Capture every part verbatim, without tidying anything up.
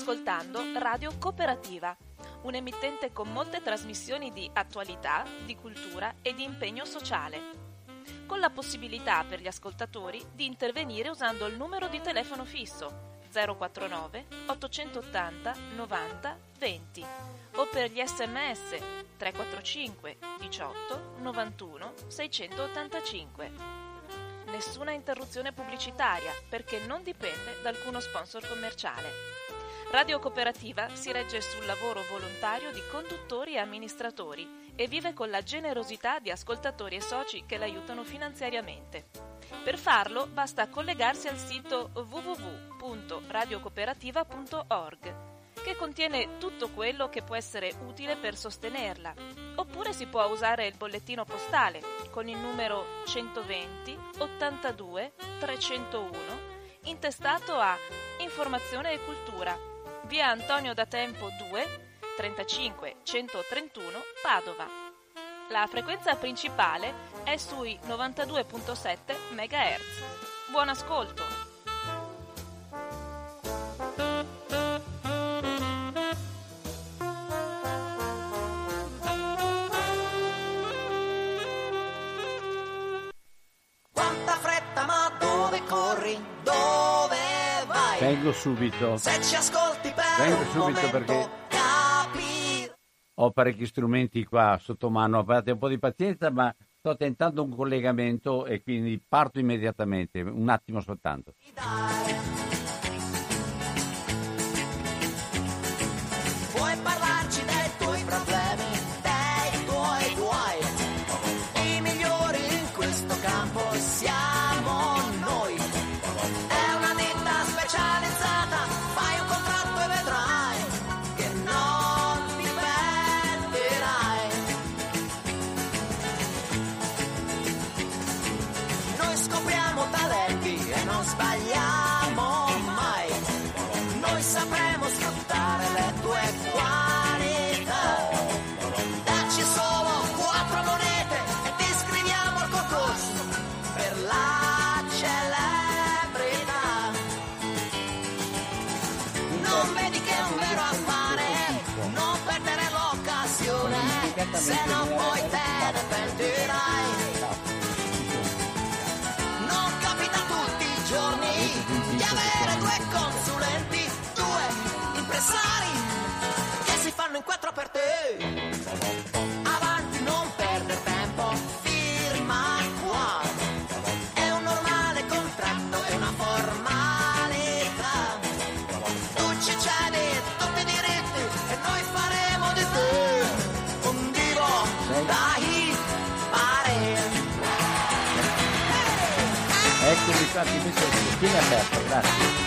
ascoltando Radio Cooperativa, un emittente con molte trasmissioni di attualità, di cultura e di impegno sociale, con la possibilità per gli ascoltatori di intervenire usando il numero di telefono fisso zero quattro nove ottocentottanta novanta venti o per gli sms tre quattro cinque diciotto novantuno seicentottantacinque. Nessuna interruzione pubblicitaria perché non dipende da alcuno sponsor commerciale. Radio Cooperativa si regge sul lavoro volontario di conduttori e amministratori e vive con la generosità di ascoltatori e soci che l'aiutano finanziariamente. Per farlo basta collegarsi al sito w w w punto radiocooperativa punto org, che contiene tutto quello che può essere utile per sostenerla, oppure si può usare il bollettino postale con il numero centoventi ottantadue trecentouno intestato a Informazione e Cultura, via Antonio da Tempo due, trentacinque centotrentuno Padova. La frequenza principale è sui novantadue virgola sette megahertz. Buon ascolto! Vengo subito. Se ci ascolti per Vengo un subito momento, perché capi... ho parecchi strumenti qua sotto mano. Abbiate un po' di pazienza, ma sto tentando un collegamento e quindi parto immediatamente. Un attimo soltanto. Puoi parlarci dei tuoi problemi, dei tuoi guai. I migliori in questo campo siamo noi. È una ditta specializzata, fai un contratto e vedrai che non ti pentirai. Noi scopriamo talenti e non sbagliamo mai. Noi sapremo sfruttare le tue qualità. Dacci solo quattro monete e ti iscriviamo al concorso per la celebrità. Non vedi che è un vero affare, non perdere l'occasione, se no poi te ne pentirai. Non capita tutti i giorni di avere due consulenti, due impresari che si fanno in quattro per te. Avanti, non perdere tempo, firma qua. È un normale contratto, è una formalità. Tu ci cedi tutti i diritti e noi faremo di te un divo da hippare. Eccomi fatti i messaggi. Tieni aperto, grazie.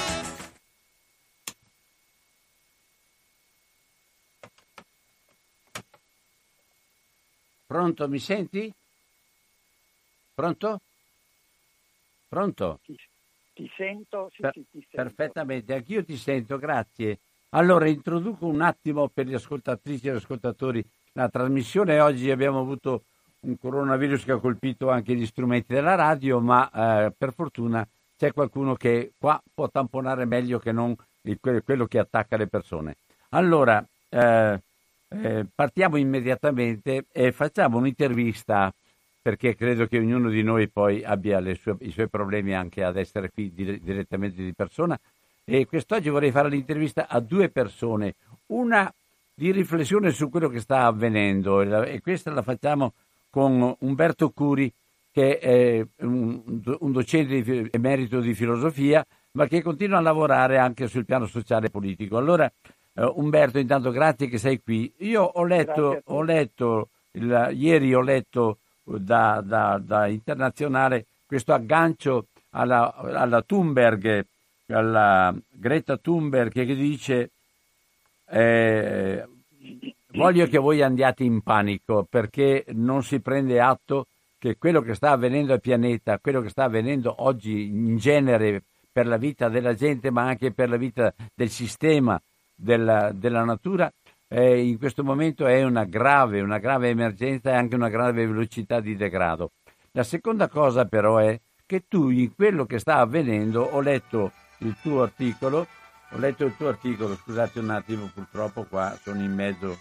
Pronto, mi senti? Pronto? Pronto? Ti, ti sento, sì, Per- sì, ti sento. Perfettamente, anch'io ti sento, grazie. Allora, introduco un attimo per gli ascoltatrici e gli ascoltatori la trasmissione. Oggi abbiamo avuto un coronavirus che ha colpito anche gli strumenti della radio, ma eh, per fortuna c'è qualcuno che qua può tamponare meglio che non il- que- quello che attacca le persone. Allora, eh, eh, partiamo immediatamente e facciamo un'intervista, perché credo che ognuno di noi poi abbia le sue- i suoi problemi anche ad essere qui dire- direttamente di persona. E quest'oggi vorrei fare l'intervista a due persone, una di riflessione su quello che sta avvenendo, e, la- e questa la facciamo con Umberto Curi, che è un, un docente di fi- emerito di filosofia, ma che continua a lavorare anche sul piano sociale e politico. Allora, eh, Umberto, intanto grazie che sei qui. Io ho letto, ho letto il- ieri ho letto da, da, da Internazionale questo aggancio alla, alla Thunberg, alla Greta Thunberg, che dice eh, voglio che voi andiate in panico perché non si prende atto che quello che sta avvenendo al pianeta, quello che sta avvenendo oggi in genere per la vita della gente, ma anche per la vita del sistema della, della natura, eh, in questo momento è una grave, una grave emergenza e anche una grave velocità di degrado. La seconda cosa però è che tu in quello che sta avvenendo, ho letto il tuo articolo, Ho letto il tuo articolo, scusate un attimo, purtroppo qua sono in mezzo.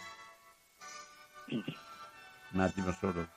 Un attimo solo.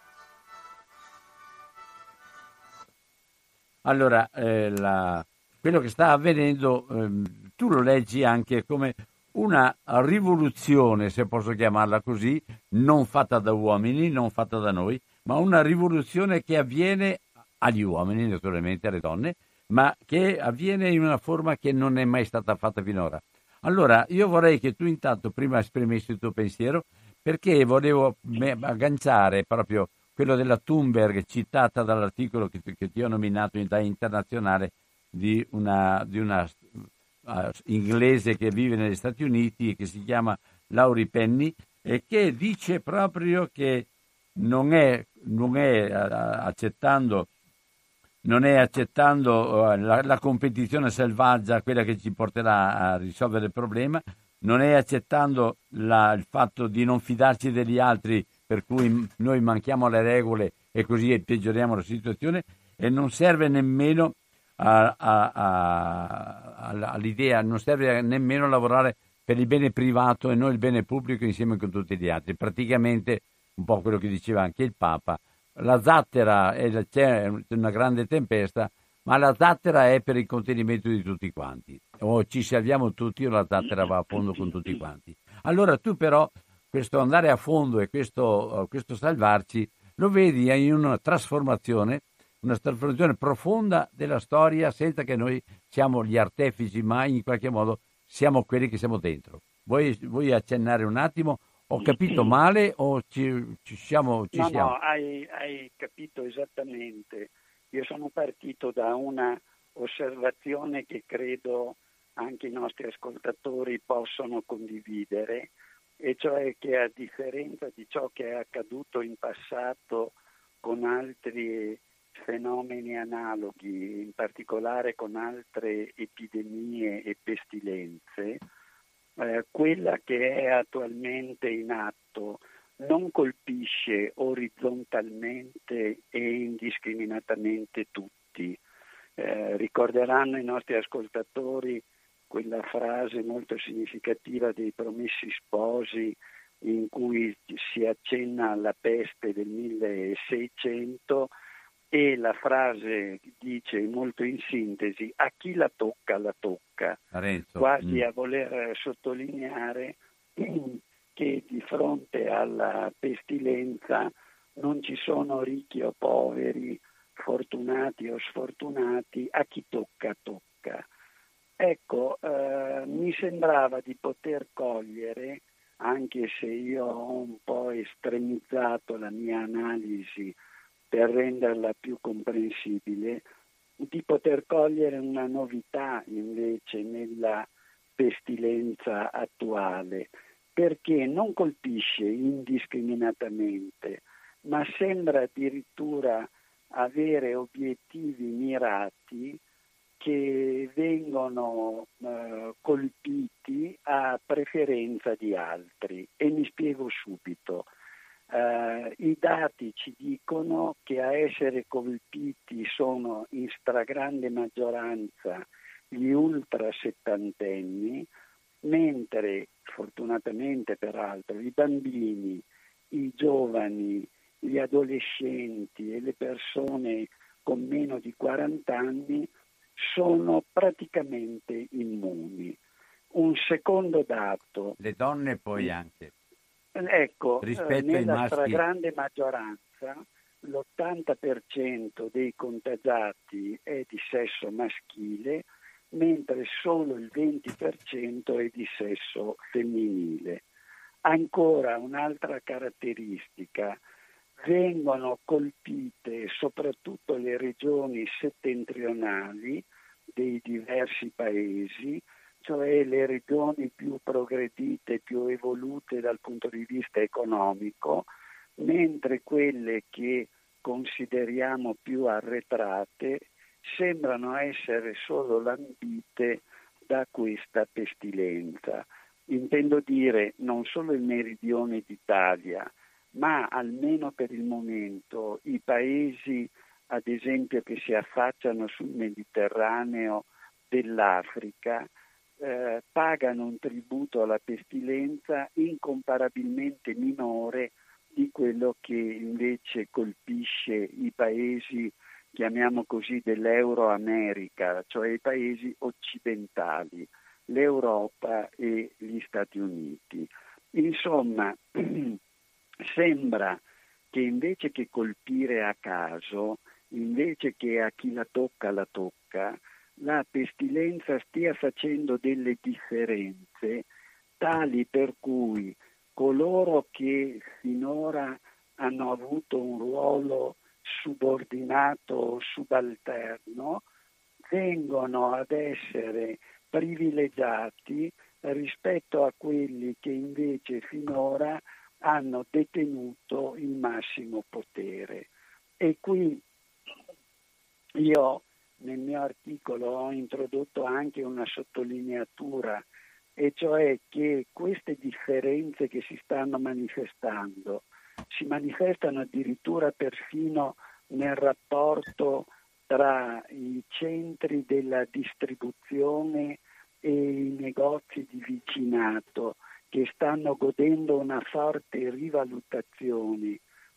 Allora, eh, la, quello che sta avvenendo, ehm, tu lo leggi anche come una rivoluzione, se posso chiamarla così, non fatta da uomini, non fatta da noi, ma una rivoluzione che avviene agli uomini, naturalmente alle donne, ma che avviene in una forma che non è mai stata fatta finora. Allora, io vorrei che tu intanto prima esprimessi il tuo pensiero, perché volevo me- agganciare proprio quello della Thunberg, citata dall'articolo che, che ti ho nominato in da internazionale di una, di una uh, inglese che vive negli Stati Uniti e che si chiama Laurie Penny, e che dice proprio che non è, non è uh, accettando non è accettando uh, la, la competizione selvaggia, quella che ci porterà a risolvere il problema, non è accettando la, il fatto di non fidarci degli altri, per cui noi manchiamo le regole e così peggioriamo la situazione, e non serve nemmeno a, a, a, all'idea, non serve nemmeno a lavorare per il bene privato e non il bene pubblico insieme con tutti gli altri. Praticamente un po' quello che diceva anche il Papa. La zattera è, c'è una grande tempesta, ma la zattera è per il contenimento di tutti quanti. O ci salviamo tutti o la zattera va a fondo con tutti quanti. Allora tu però questo andare a fondo e questo, questo salvarci lo vedi in una trasformazione, una trasformazione profonda della storia, senza che noi siamo gli artefici, ma in qualche modo siamo quelli che siamo dentro. Vuoi, vuoi accennare un attimo? Ho capito male o ci, ci siamo? Ci no, siamo? no, hai, hai capito esattamente. Io sono partito da una osservazione che credo anche i nostri ascoltatori possono condividere, e cioè che a differenza di ciò che è accaduto in passato con altri fenomeni analoghi, in particolare con altre epidemie e pestilenze, eh, quella che è attualmente in atto non colpisce orizzontalmente e indiscriminatamente tutti. Eh, ricorderanno i nostri ascoltatori quella frase molto significativa dei Promessi Sposi, in cui si accenna alla peste del milleseicento, e la frase dice molto in sintesi: a chi la tocca la tocca, Parenzo. quasi Mm. a voler sottolineare che di fronte alla pestilenza non ci sono ricchi o poveri, fortunati o sfortunati, a chi tocca tocca. Ecco, eh, mi sembrava di poter cogliere, anche se io ho un po' estremizzato la mia analisi per renderla più comprensibile, di poter cogliere una novità invece nella pestilenza attuale, perché non colpisce indiscriminatamente, ma sembra addirittura avere obiettivi mirati che vengono eh, colpiti a preferenza di altri. E mi spiego subito. Uh, I dati ci dicono che a essere colpiti sono in stragrande maggioranza gli ultra settantenni, mentre fortunatamente peraltro i bambini, i giovani, gli adolescenti e le persone con meno di quaranta anni sono praticamente immuni. Un secondo dato. Le donne poi anche. Ecco, Rispetto eh, ai nella maschi. stragrande maggioranza l'ottanta per cento dei contagiati è di sesso maschile, mentre solo il venti per cento è di sesso femminile. Ancora un'altra caratteristica: vengono colpite soprattutto le regioni settentrionali dei diversi paesi, cioè le regioni più progredite, più evolute dal punto di vista economico, mentre quelle che consideriamo più arretrate sembrano essere solo lambite da questa pestilenza. Intendo dire non solo il meridione d'Italia, ma almeno per il momento i paesi, ad esempio, che si affacciano sul Mediterraneo dell'Africa, eh, pagano un tributo alla pestilenza incomparabilmente minore di quello che invece colpisce i paesi, chiamiamo così, dell'Euro-America, cioè i paesi occidentali, l'Europa e gli Stati Uniti. Insomma, sembra che invece che colpire a caso, invece che a chi la tocca la tocca, la pestilenza stia facendo delle differenze tali per cui coloro che finora hanno avuto un ruolo subordinato o subalterno vengono ad essere privilegiati rispetto a quelli che invece finora hanno detenuto il massimo potere. E qui io nel mio articolo ho introdotto anche una sottolineatura, e cioè che queste differenze che si stanno manifestando si manifestano addirittura perfino nel rapporto tra i centri della distribuzione e i negozi di vicinato, che stanno godendo una forte rivalutazione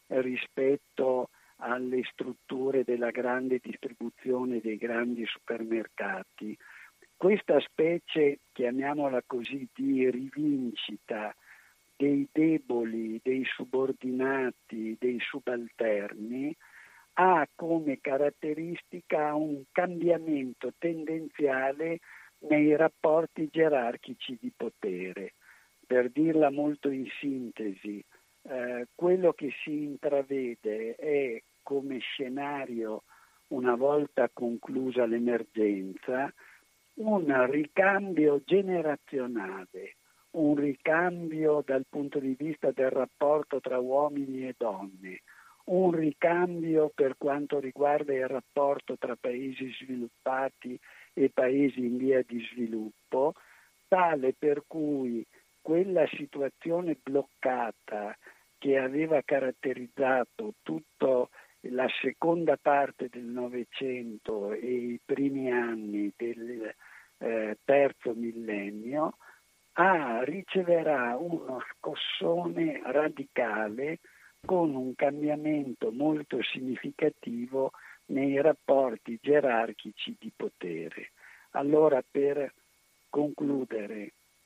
rispetto alle strutture della grande distribuzione dei grandi supermercati. Questa specie, chiamiamola così, di rivincita dei deboli, dei subordinati, dei subalterni, ha come caratteristica un cambiamento tendenziale nei rapporti gerarchici di potere. Per dirla molto in sintesi, eh, quello che si intravede è come scenario, una volta conclusa l'emergenza, un ricambio generazionale, un ricambio dal punto di vista del rapporto tra uomini e donne, un ricambio per quanto riguarda il rapporto tra paesi sviluppati e paesi in via di sviluppo, tale per cui quella situazione bloccata che aveva caratterizzato tutta la seconda parte del Novecento e i primi anni del eh, terzo millennio ah, riceverà uno scossone radicale con un cambiamento molto significativo nei rapporti gerarchici di potere. Allora, per concludere,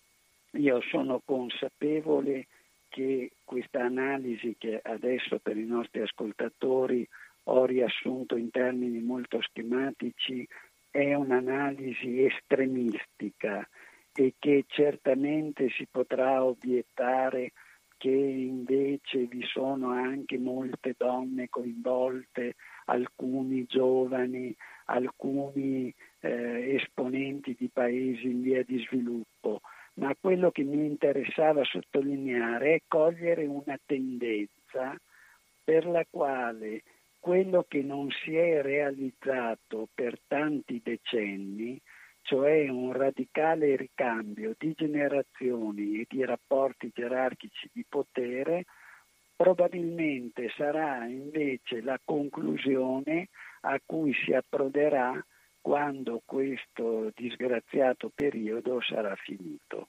io sono consapevole che questa analisi, che adesso per i nostri ascoltatori ho riassunto in termini molto schematici, è un'analisi estremistica e che certamente si potrà obiettare che invece vi sono anche molte donne coinvolte, alcuni giovani, alcuni eh, esponenti di paesi in via di sviluppo. Ma quello che mi interessava sottolineare è cogliere una tendenza per la quale quello che non si è realizzato per tanti decenni, cioè un radicale ricambio di generazioni e di rapporti gerarchici di potere, probabilmente sarà invece la conclusione a cui si approderà quando questo disgraziato periodo sarà finito.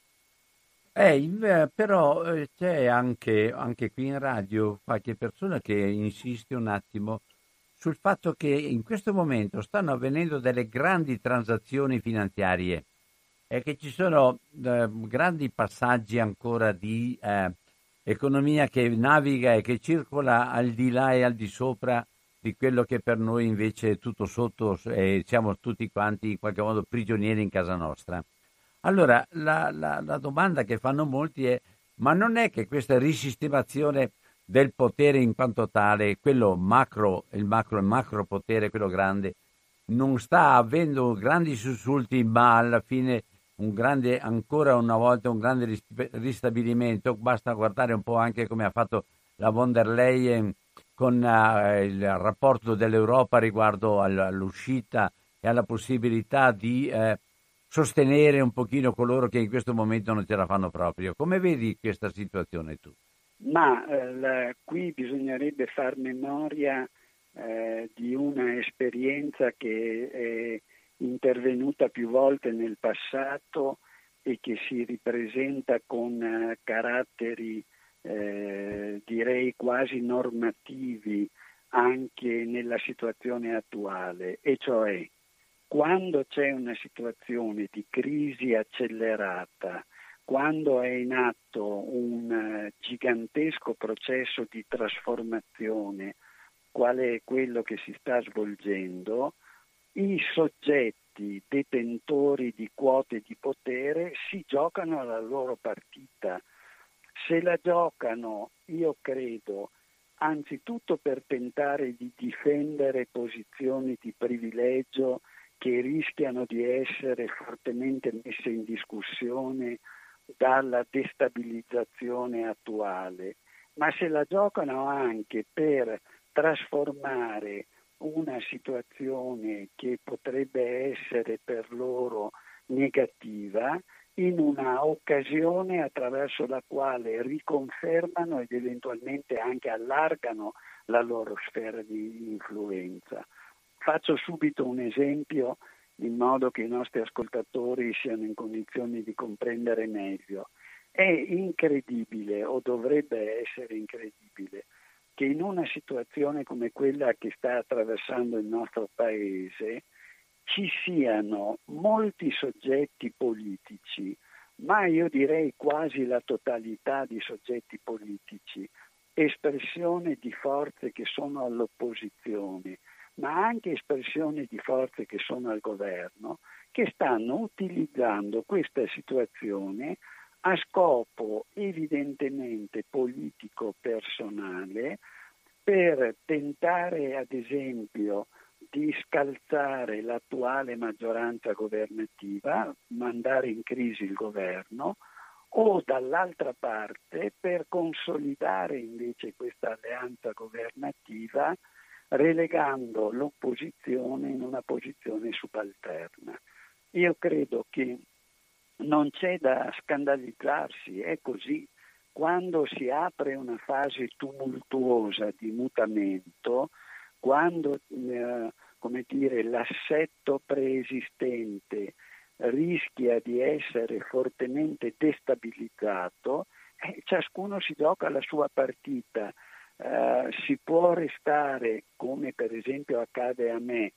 Eh, però eh, c'è anche, anche qui in radio qualche persona che insiste un attimo sul fatto che in questo momento stanno avvenendo delle grandi transazioni finanziarie e che ci sono eh, grandi passaggi ancora di eh, economia che naviga e che circola al di là e al di sopra di quello che per noi invece è tutto sotto e siamo tutti quanti in qualche modo prigionieri in casa nostra. Allora la, la, la domanda che fanno molti è: ma non è che questa risistemazione del potere in quanto tale, quello macro, il macro, il macro potere, quello grande, non sta avendo grandi sussulti, ma alla fine un grande, ancora una volta un grande ristabilimento? Basta guardare un po' anche come ha fatto la von der Leyen con uh, il rapporto dell'Europa riguardo all'uscita e alla possibilità di eh, sostenere un pochino coloro che in questo momento non ce la fanno proprio. Come vedi questa situazione tu? Ma eh, la, qui bisognerebbe far memoria eh, di una esperienza che è intervenuta più volte nel passato e che si ripresenta con eh, caratteri eh, direi quasi normativi anche nella situazione attuale, e cioè quando c'è una situazione di crisi accelerata, quando è in atto un uh, gigantesco processo di trasformazione, quale è quello che si sta svolgendo, i soggetti detentori di quote di potere si giocano la loro partita. Se la giocano, io credo, anzitutto per tentare di difendere posizioni di privilegio che rischiano di essere fortemente messe in discussione dalla destabilizzazione attuale, ma se la giocano anche per trasformare una situazione che potrebbe essere per loro negativa in una occasione attraverso la quale riconfermano ed eventualmente anche allargano la loro sfera di influenza. Faccio subito un esempio in modo che i nostri ascoltatori siano in condizioni di comprendere meglio. È incredibile, o dovrebbe essere incredibile, che in una situazione come quella che sta attraversando il nostro Paese ci siano molti soggetti politici, ma io direi quasi la totalità di soggetti politici, espressione di forze che sono all'opposizione, ma anche espressione di forze che sono al governo, che stanno utilizzando questa situazione a scopo evidentemente politico-personale per tentare, ad esempio, di scalzare l'attuale maggioranza governativa, mandare in crisi il governo, o dall'altra parte per consolidare invece questa alleanza governativa relegando l'opposizione in una posizione subalterna. Io credo che non c'è da scandalizzarsi, è così. Quando si apre una fase tumultuosa di mutamento, quando eh, come dire, l'assetto preesistente rischia di essere fortemente destabilizzato, eh, ciascuno si gioca la sua partita. Uh, si può restare, come per esempio accade a me,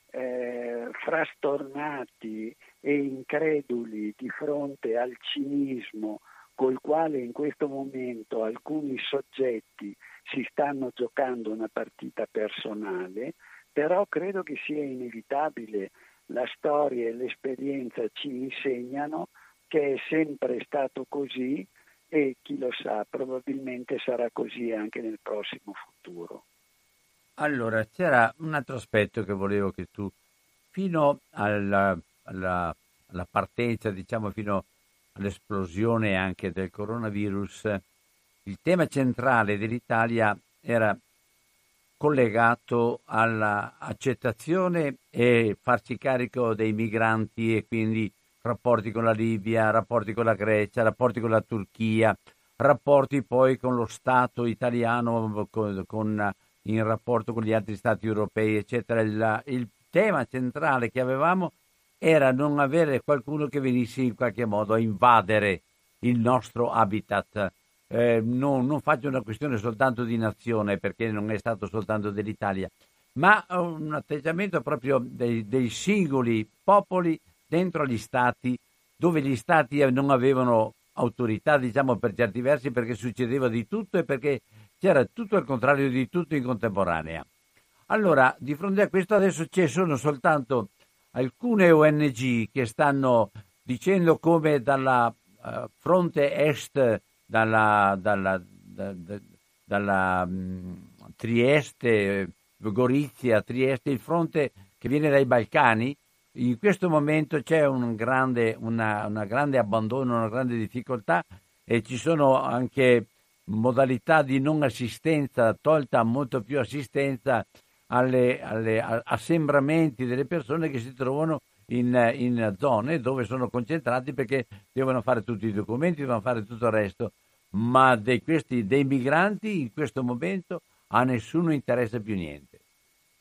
eh, frastornati e increduli di fronte al cinismo col quale in questo momento alcuni soggetti si stanno giocando una partita personale, però credo che sia inevitabile. La storia e l'esperienza ci insegnano che è sempre stato così, e chi lo sa, probabilmente sarà così anche nel prossimo futuro. Allora, c'era un altro aspetto che volevo che tu, fino alla, alla, alla partenza, diciamo fino all'esplosione anche del coronavirus, il tema centrale dell'Italia era collegato all'accettazione e farci carico dei migranti, e quindi rapporti con la Libia, rapporti con la Grecia, rapporti con la Turchia, rapporti poi con lo Stato italiano, con, con, in rapporto con gli altri Stati europei, eccetera. Il, il tema centrale che avevamo era non avere qualcuno che venisse in qualche modo a invadere il nostro habitat. Eh, non, non faccio una questione soltanto di nazione, perché non è stato soltanto dell'Italia, ma un atteggiamento proprio dei, dei singoli popoli dentro gli stati, dove gli stati non avevano autorità, diciamo per certi versi, perché succedeva di tutto e perché c'era tutto al contrario di tutto in contemporanea. Allora, di fronte a questo adesso ci sono soltanto alcune O N G che stanno dicendo come dalla uh, fronte est, dalla, dalla, da, da, dalla um, Trieste, Gorizia, Trieste, il fronte che viene dai Balcani, in questo momento c'è un grande, una, una grande abbandono, una grande difficoltà, e ci sono anche modalità di non assistenza, tolta molto più assistenza alle, alle assembramenti delle persone che si trovano in, in zone dove sono concentrati, perché devono fare tutti i documenti, devono fare tutto il resto, ma dei, questi, dei migranti in questo momento a nessuno interessa più niente.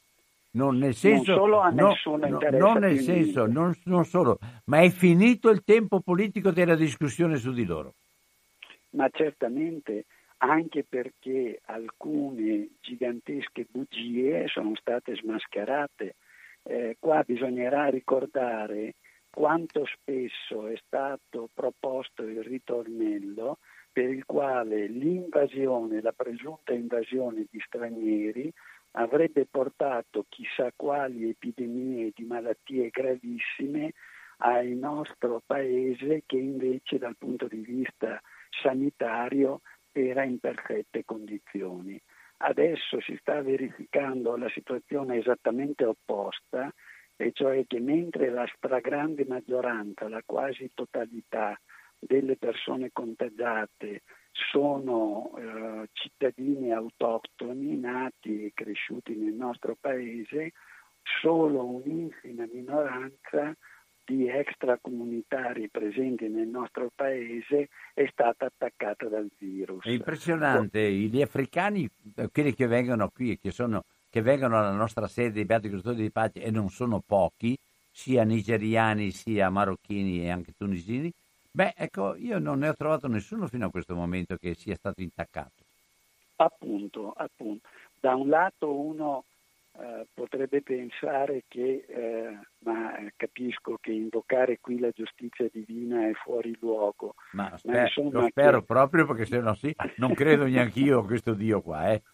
Non nel senso, non solo a no, nessuno no, interessa non nel più senso, niente. non, non solo, ma è finito il tempo politico della discussione su di loro. Ma certamente, anche perché alcune gigantesche bugie sono state smascherate. Eh, qua bisognerà ricordare quanto spesso è stato proposto il ritornello per il quale l'invasione, la presunta invasione di stranieri avrebbe portato chissà quali epidemie di malattie gravissime al nostro paese, che invece dal punto di vista sanitario era in perfette condizioni. Adesso si sta verificando la situazione esattamente opposta, e cioè che mentre la stragrande maggioranza, la quasi totalità delle persone contagiate sono eh, cittadini autoctoni nati e cresciuti nel nostro paese, solo un'infima minoranza di extracomunitari presenti nel nostro paese è stata attaccata dal virus. È impressionante, gli africani, quelli che vengono qui e che sono che vengono alla nostra sede dei Beati Custodi di Pace, e non sono pochi, sia nigeriani sia marocchini e anche tunisini, beh, ecco, io non ne ho trovato nessuno fino a questo momento che sia stato intaccato. Appunto, appunto. Da un lato uno eh, potrebbe pensare che, eh, ma capisco che invocare qui la giustizia divina è fuori luogo. Ma, sper- ma insomma lo spero che... proprio, perché se no sì, non credo neanch'io a questo Dio qua, eh.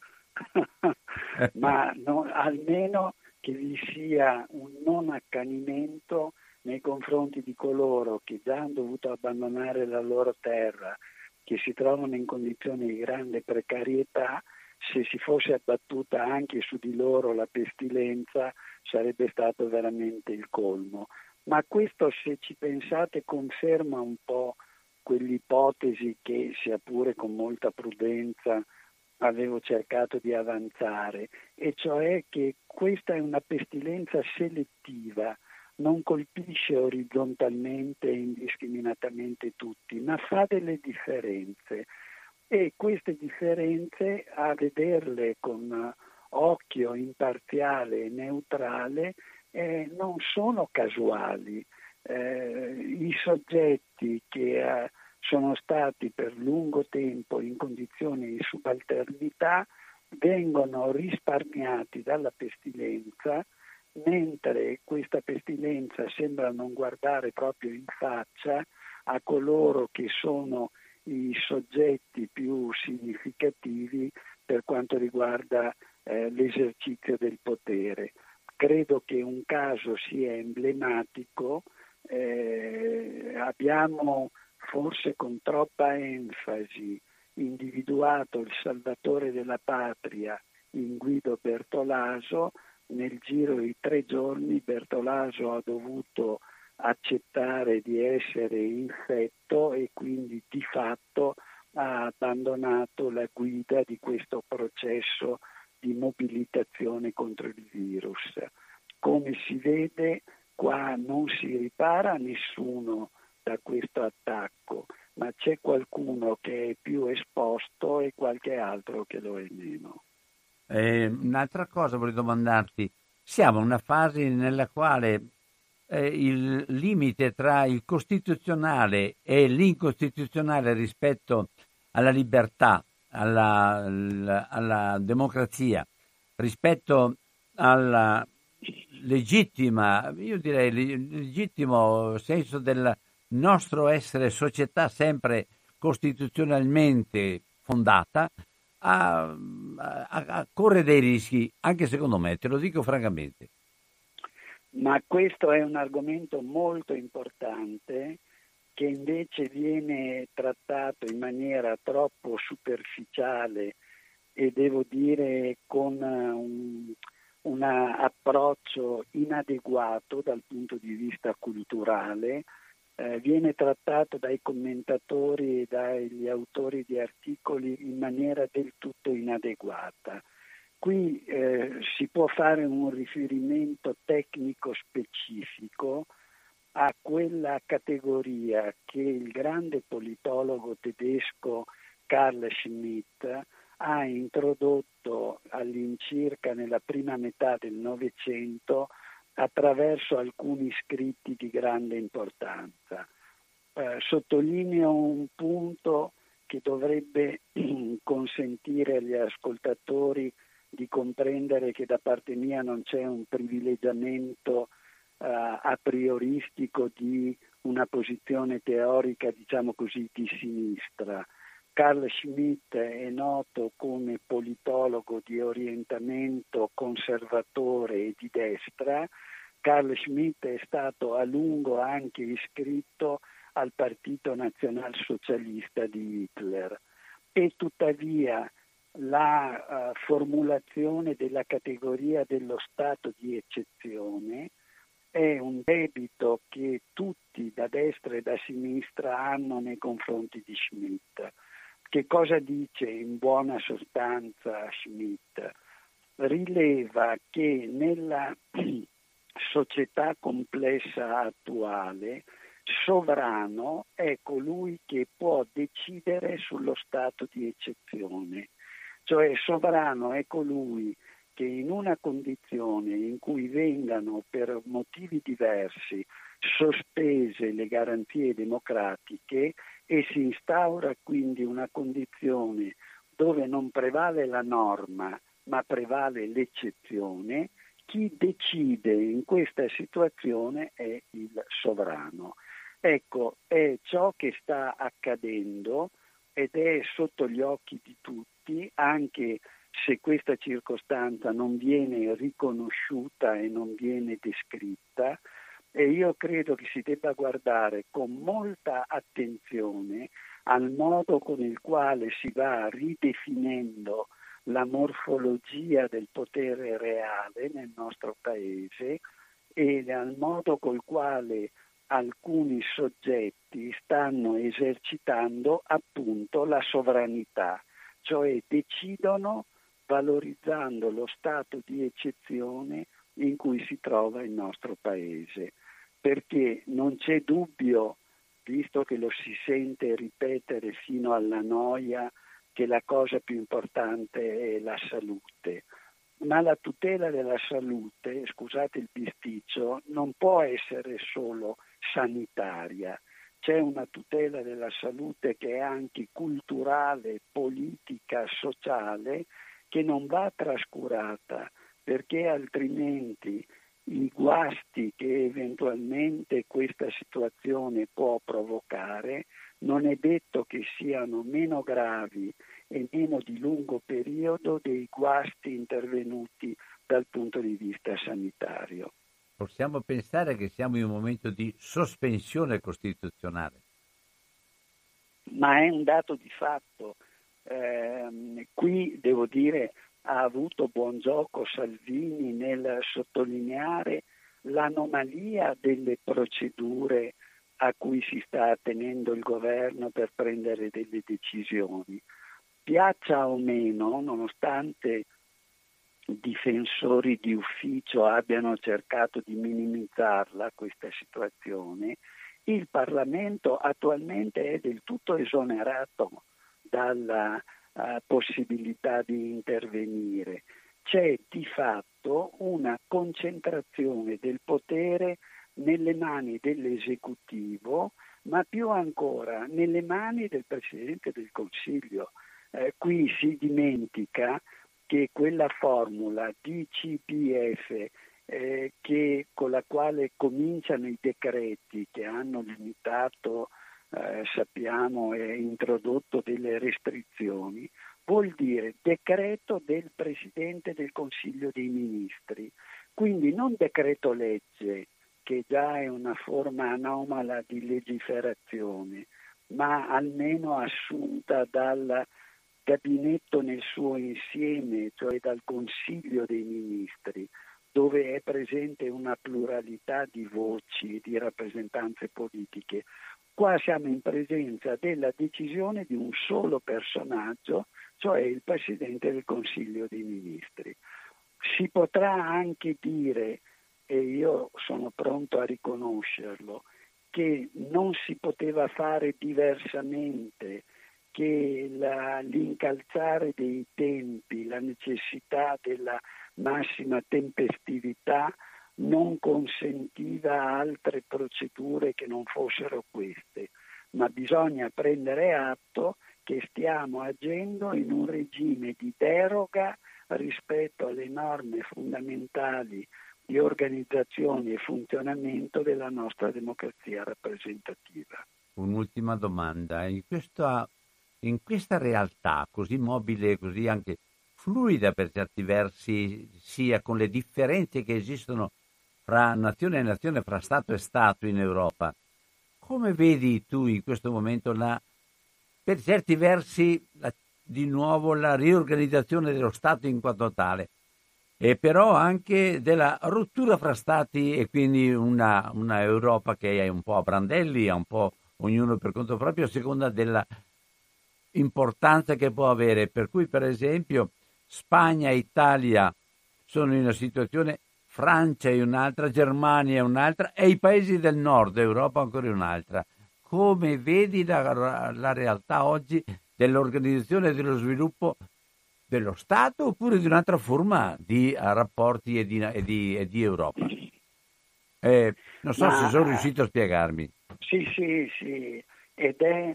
ma no, almeno che vi sia un non accanimento nei confronti di coloro che già hanno dovuto abbandonare la loro terra, che si trovano in condizioni di grande precarietà. Se si fosse abbattuta anche su di loro la pestilenza sarebbe stato veramente il colmo. Ma questo, se ci pensate, conferma un po' quell'ipotesi che, sia pure con molta prudenza, avevo cercato di avanzare, e cioè che questa è una pestilenza selettiva, non colpisce orizzontalmente e indiscriminatamente tutti, ma fa delle differenze, e queste differenze, a vederle con occhio imparziale e neutrale, eh, non sono casuali. Eh, I soggetti che eh, sono stati per lungo tempo in condizioni di subalternità vengono risparmiati dalla pestilenza, mentre questa pestilenza sembra non guardare proprio in faccia a coloro che sono i soggetti più significativi per quanto riguarda eh, l'esercizio del potere. Credo che un caso sia emblematico. Eh, abbiamo forse con troppa enfasi individuato il salvatore della patria in Guido Bertolaso. Nel giro di tre giorni Bertolaso ha dovuto accettare di essere infetto e quindi di fatto ha abbandonato la guida di questo processo di mobilitazione contro il virus. Come si vede, qua non si ripara nessuno da questo attacco, ma c'è qualcuno che è più esposto e qualche altro che lo è meno. Eh, un'altra cosa vorrei domandarti, siamo in una fase nella quale eh, il limite tra il costituzionale e l'incostituzionale rispetto alla libertà, alla, alla, alla democrazia, rispetto alla legittima, io direi legittimo senso del nostro essere società sempre costituzionalmente fondata, a, a, a corre dei rischi, anche secondo me, te lo dico francamente. Ma questo è un argomento molto importante che invece viene trattato in maniera troppo superficiale e devo dire con un, un approccio inadeguato dal punto di vista culturale. Eh, viene trattato dai commentatori e dagli autori di articoli in maniera del tutto inadeguata. Qui eh, si può fare un riferimento tecnico specifico a quella categoria che il grande politologo tedesco Carl Schmitt ha introdotto all'incirca nella prima metà del Novecento attraverso alcuni scritti di grande importanza. Eh, sottolineo un punto che dovrebbe consentire agli ascoltatori di comprendere che da parte mia non c'è un privilegiamento eh, a prioristico di una posizione teorica, diciamo così, di sinistra. Carl Schmitt è noto come politologo di orientamento conservatore e di destra. Carl Schmitt è stato a lungo anche iscritto al Partito Nazionalsocialista di Hitler e tuttavia la uh, formulazione della categoria dello stato di eccezione è un debito che tutti da destra e da sinistra hanno nei confronti di Schmitt. Che cosa dice in buona sostanza Schmitt? Rileva che nella società complessa attuale sovrano è colui che può decidere sullo stato di eccezione, cioè sovrano è colui che in una condizione in cui vengano per motivi diversi sospese le garanzie democratiche e si instaura quindi una condizione dove non prevale la norma ma prevale l'eccezione, chi decide in questa situazione è il sovrano. Ecco, è ciò che sta accadendo ed è sotto gli occhi di tutti, anche se questa circostanza non viene riconosciuta e non viene descritta, e io credo che si debba guardare con molta attenzione al modo con il quale si va ridefinendo la morfologia del potere reale nel nostro paese e al modo col quale alcuni soggetti stanno esercitando appunto la sovranità, cioè decidono valorizzando lo stato di eccezione in cui si trova il nostro paese, perché non c'è dubbio, visto che lo si sente ripetere fino alla noia, che la cosa più importante è la salute. Ma la tutela della salute, scusate il bisticcio, non può essere solo sanitaria. C'è una tutela della salute che è anche culturale, politica, sociale, che non va trascurata, perché altrimenti i guasti che eventualmente questa situazione può provocare non è detto che siano meno gravi e meno di lungo periodo dei guasti intervenuti dal punto di vista sanitario. Possiamo pensare che siamo in un momento di sospensione costituzionale. Ma è un dato di fatto. Eh, qui devo dire ha avuto buon gioco Salvini nel sottolineare l'anomalia delle procedure a cui si sta attenendo il governo per prendere delle decisioni. Piaccia o meno, nonostante difensori di ufficio abbiano cercato di minimizzarla questa situazione, il Parlamento attualmente è del tutto esonerato dalla uh, possibilità di intervenire. C'è di fatto una concentrazione del potere nelle mani dell'esecutivo, ma più ancora nelle mani del Presidente del Consiglio. Eh, qui si dimentica che quella formula D C P F eh, che, con la quale cominciano i decreti che hanno limitato, eh, sappiamo, e introdotto delle restrizioni, vuol dire decreto del Presidente del Consiglio dei Ministri, quindi non decreto legge, che già è una forma anomala di legiferazione, ma almeno assunta dal gabinetto nel suo insieme, cioè dal Consiglio dei Ministri, dove è presente una pluralità di voci, di rappresentanze politiche. Qua siamo in presenza della decisione di un solo personaggio, cioè il Presidente del Consiglio dei Ministri. Si potrà anche dire, e io sono pronto a riconoscerlo, che non si poteva fare diversamente, che la, l'incalzare dei tempi, la necessità della massima tempestività non consentiva altre procedure che non fossero queste, ma bisogna prendere atto che stiamo agendo in un regime di deroga rispetto alle norme fondamentali di organizzazione e funzionamento della nostra democrazia rappresentativa. Un'ultima domanda. In questa, in questa realtà così mobile, così anche fluida per certi versi, sia con le differenze che esistono fra nazione e nazione, fra Stato e Stato in Europa, come vedi tu in questo momento la, per certi versi la, di nuovo la riorganizzazione dello Stato in quanto tale, e però anche della rottura fra Stati e quindi una, una Europa che è un po' a brandelli, un po' ognuno per conto proprio, a seconda della importanza che può avere. Per cui, per esempio, Spagna e Italia sono in una situazione, Francia è un'altra, Germania è un'altra e i paesi del nord Europa ancora un'altra. Come vedi la, la realtà oggi dell'organizzazione e dello sviluppo dello Stato oppure di un'altra forma di uh, rapporti e di, e di, e di Europa? Eh, non so Ma, se sono riuscito a spiegarmi. Sì, sì, sì, ed è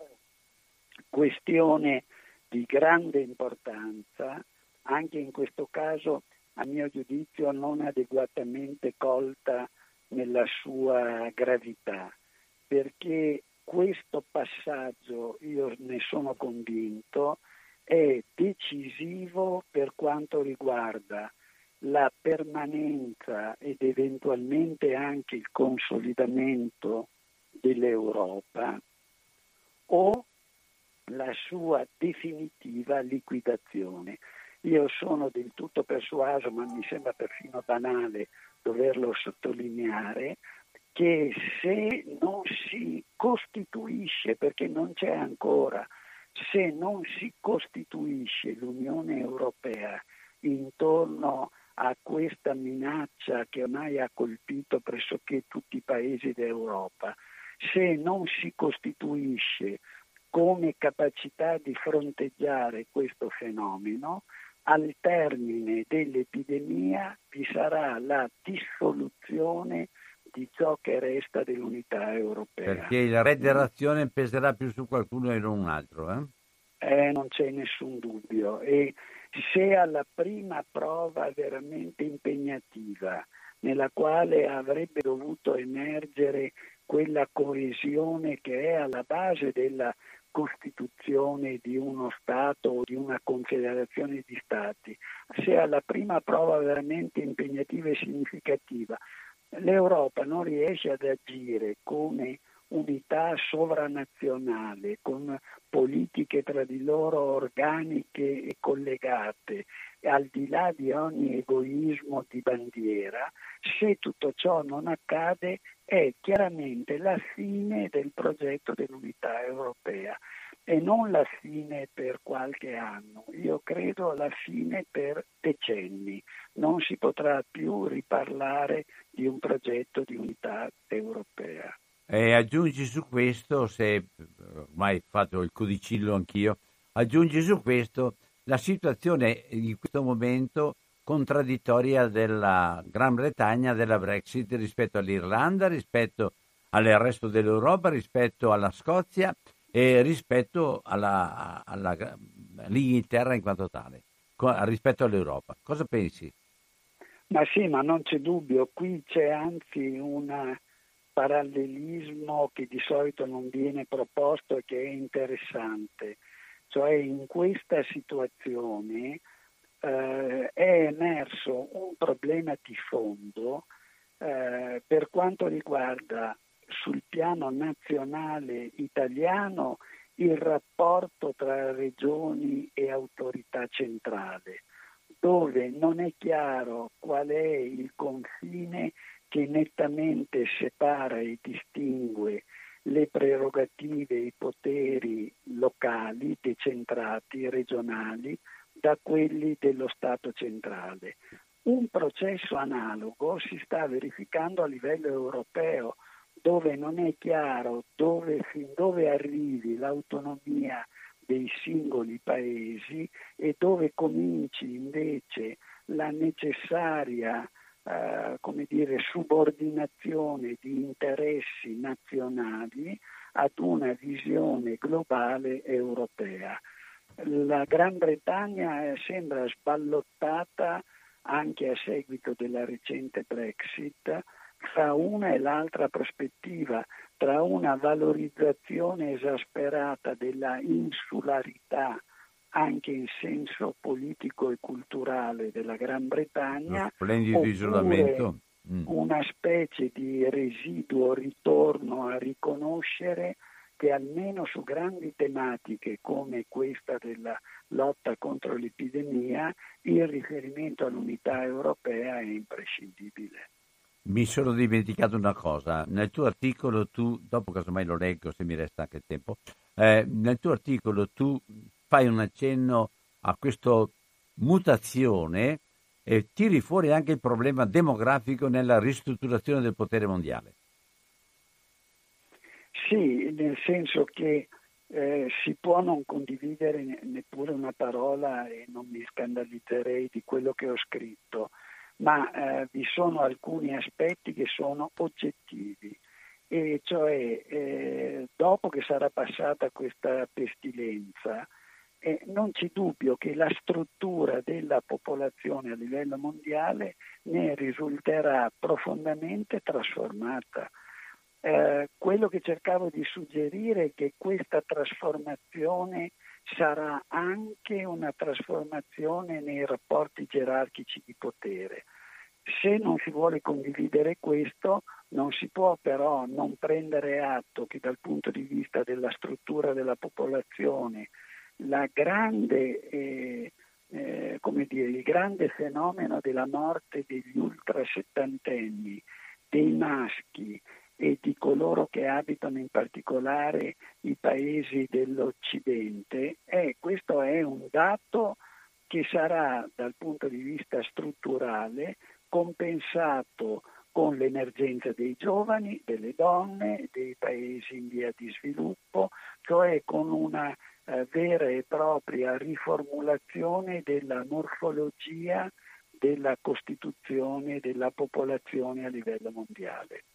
questione di grande importanza, anche in questo caso, a mio giudizio, non adeguatamente colta nella sua gravità, perché questo passaggio, io ne sono convinto, è decisivo per quanto riguarda la permanenza ed eventualmente anche il consolidamento dell'Europa o la sua definitiva liquidazione. Io sono del tutto persuaso, ma mi sembra perfino banale doverlo sottolineare, che se non si costituisce, perché non c'è ancora, se non si costituisce l'Unione Europea intorno a questa minaccia che ormai ha colpito pressoché tutti i paesi d'Europa, se non si costituisce come capacità di fronteggiare questo fenomeno, al termine dell'epidemia vi sarà la dissoluzione di ciò che resta dell'unità europea. Perché la federazione peserà più su qualcuno e non un altro, eh? Eh, non c'è nessun dubbio. E se alla prima prova veramente impegnativa, nella quale avrebbe dovuto emergere quella coesione che è alla base della costituzione di uno Stato o di una confederazione di Stati, se alla prima prova veramente impegnativa e significativa l'Europa non riesce ad agire come unità sovranazionale, con politiche tra di loro organiche e collegate, al di là di ogni egoismo di bandiera, se tutto ciò non accade è chiaramente la fine del progetto dell'unità europea e non la fine per qualche anno, io credo la fine per decenni. Non si potrà più riparlare di un progetto di unità europea. E aggiungi su questo, se ormai ho fatto il codicillo anch'io, aggiungi su questo la situazione in questo momento contraddittoria della Gran Bretagna, della Brexit rispetto all'Irlanda, rispetto al resto dell'Europa, rispetto alla Scozia e rispetto alla, alla, all'Inghilterra in quanto tale, rispetto all'Europa. Cosa pensi? Ma sì, ma non c'è dubbio, qui c'è anzi un parallelismo che di solito non viene proposto e che è interessante, cioè in questa situazione eh, è emerso un problema di fondo eh, per quanto riguarda sul piano nazionale italiano il rapporto tra regioni e autorità centrale, dove non è chiaro qual è il confine che nettamente separa e distingue le prerogative e i poteri locali, decentrati, regionali, da quelli dello Stato centrale. Un processo analogo si sta verificando a livello europeo, dove non è chiaro dove, fin dove arrivi l'autonomia dei singoli paesi e dove cominci invece la necessaria eh, come dire, subordinazione di interessi nazionali ad una visione globale europea. La Gran Bretagna eh, sembra sballottata anche a seguito della recente Brexit tra una e l'altra prospettiva, tra una valorizzazione esasperata della insularità anche in senso politico e culturale della Gran Bretagna, lo splendido isolamento, mm. una specie di residuo ritorno a riconoscere che almeno su grandi tematiche come questa della lotta contro l'epidemia il riferimento all'unità europea è imprescindibile. Mi sono dimenticato una cosa, nel tuo articolo tu, dopo casomai lo leggo se mi resta anche il tempo, eh, nel tuo articolo tu fai un accenno a questa mutazione e tiri fuori anche il problema demografico nella ristrutturazione del potere mondiale. Sì, nel senso che eh, si può non condividere neppure una parola e non mi scandalizzerei di quello che ho scritto, ma eh, vi sono alcuni aspetti che sono oggettivi, e cioè eh, dopo che sarà passata questa pestilenza eh, non c'è dubbio che la struttura della popolazione a livello mondiale ne risulterà profondamente trasformata. Eh, quello che cercavo di suggerire è che questa trasformazione sarà anche una trasformazione nei rapporti gerarchici di potere. Se non si vuole condividere questo, non si può però non prendere atto che dal punto di vista della struttura della popolazione la grande, eh, eh, come dire, il grande fenomeno della morte degli ultrasettantenni, dei maschi e di coloro che abitano in particolare i paesi dell'Occidente, eh, questo è un dato che sarà dal punto di vista strutturale compensato con l'emergenza dei giovani, delle donne, dei paesi in via di sviluppo, cioè con una eh, vera e propria riformulazione della morfologia della costituzione della popolazione a livello mondiale.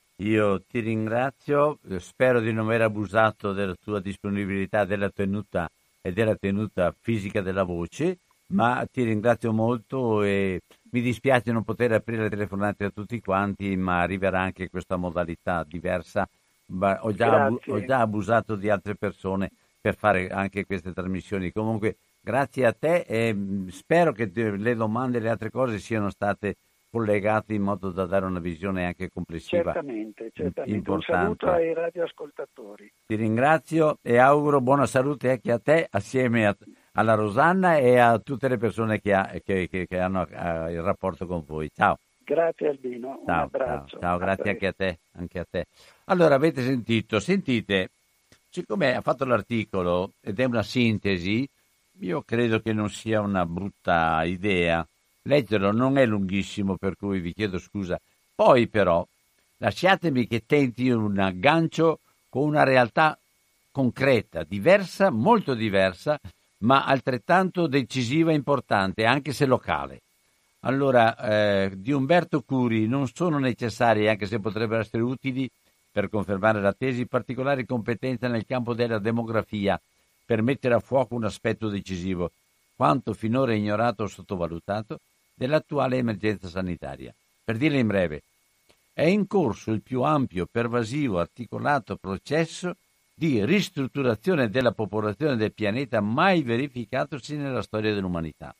Io ti ringrazio, spero di non aver abusato della tua disponibilità, della tenuta e della tenuta fisica della voce, ma ti ringrazio molto e mi dispiace non poter aprire le telefonate a tutti quanti, ma arriverà anche questa modalità diversa. Ho già, abu- ho già abusato di altre persone per fare anche queste trasmissioni. Comunque grazie a te e spero che le domande e le altre cose siano state collegate in modo da dare una visione anche complessiva. Certamente, certamente. Importante. Un saluto ai radioascoltatori. Ti ringrazio e auguro buona salute anche a te, assieme a, alla Rosanna e a tutte le persone che, ha, che, che, che hanno uh, il rapporto con voi. Ciao. Grazie Albino, un ciao, abbraccio. Ciao, ciao grazie anche a te, anche a te. Allora, avete sentito, sentite, siccome ha fatto l'articolo ed è una sintesi, io credo che non sia una brutta idea. Leggerlo non è lunghissimo, per cui vi chiedo scusa. Poi però lasciatemi che tenti un aggancio con una realtà concreta, diversa, molto diversa, ma altrettanto decisiva e importante, anche se locale. Allora, eh, di Umberto Curi non sono necessarie, anche se potrebbero essere utili per confermare la tesi, particolari competenze nel campo della demografia per mettere a fuoco un aspetto decisivo, quanto finora ignorato o sottovalutato, dell'attuale emergenza sanitaria. Per dirla in breve, è in corso il più ampio, pervasivo, articolato processo di ristrutturazione della popolazione del pianeta mai verificatosi nella storia dell'umanità.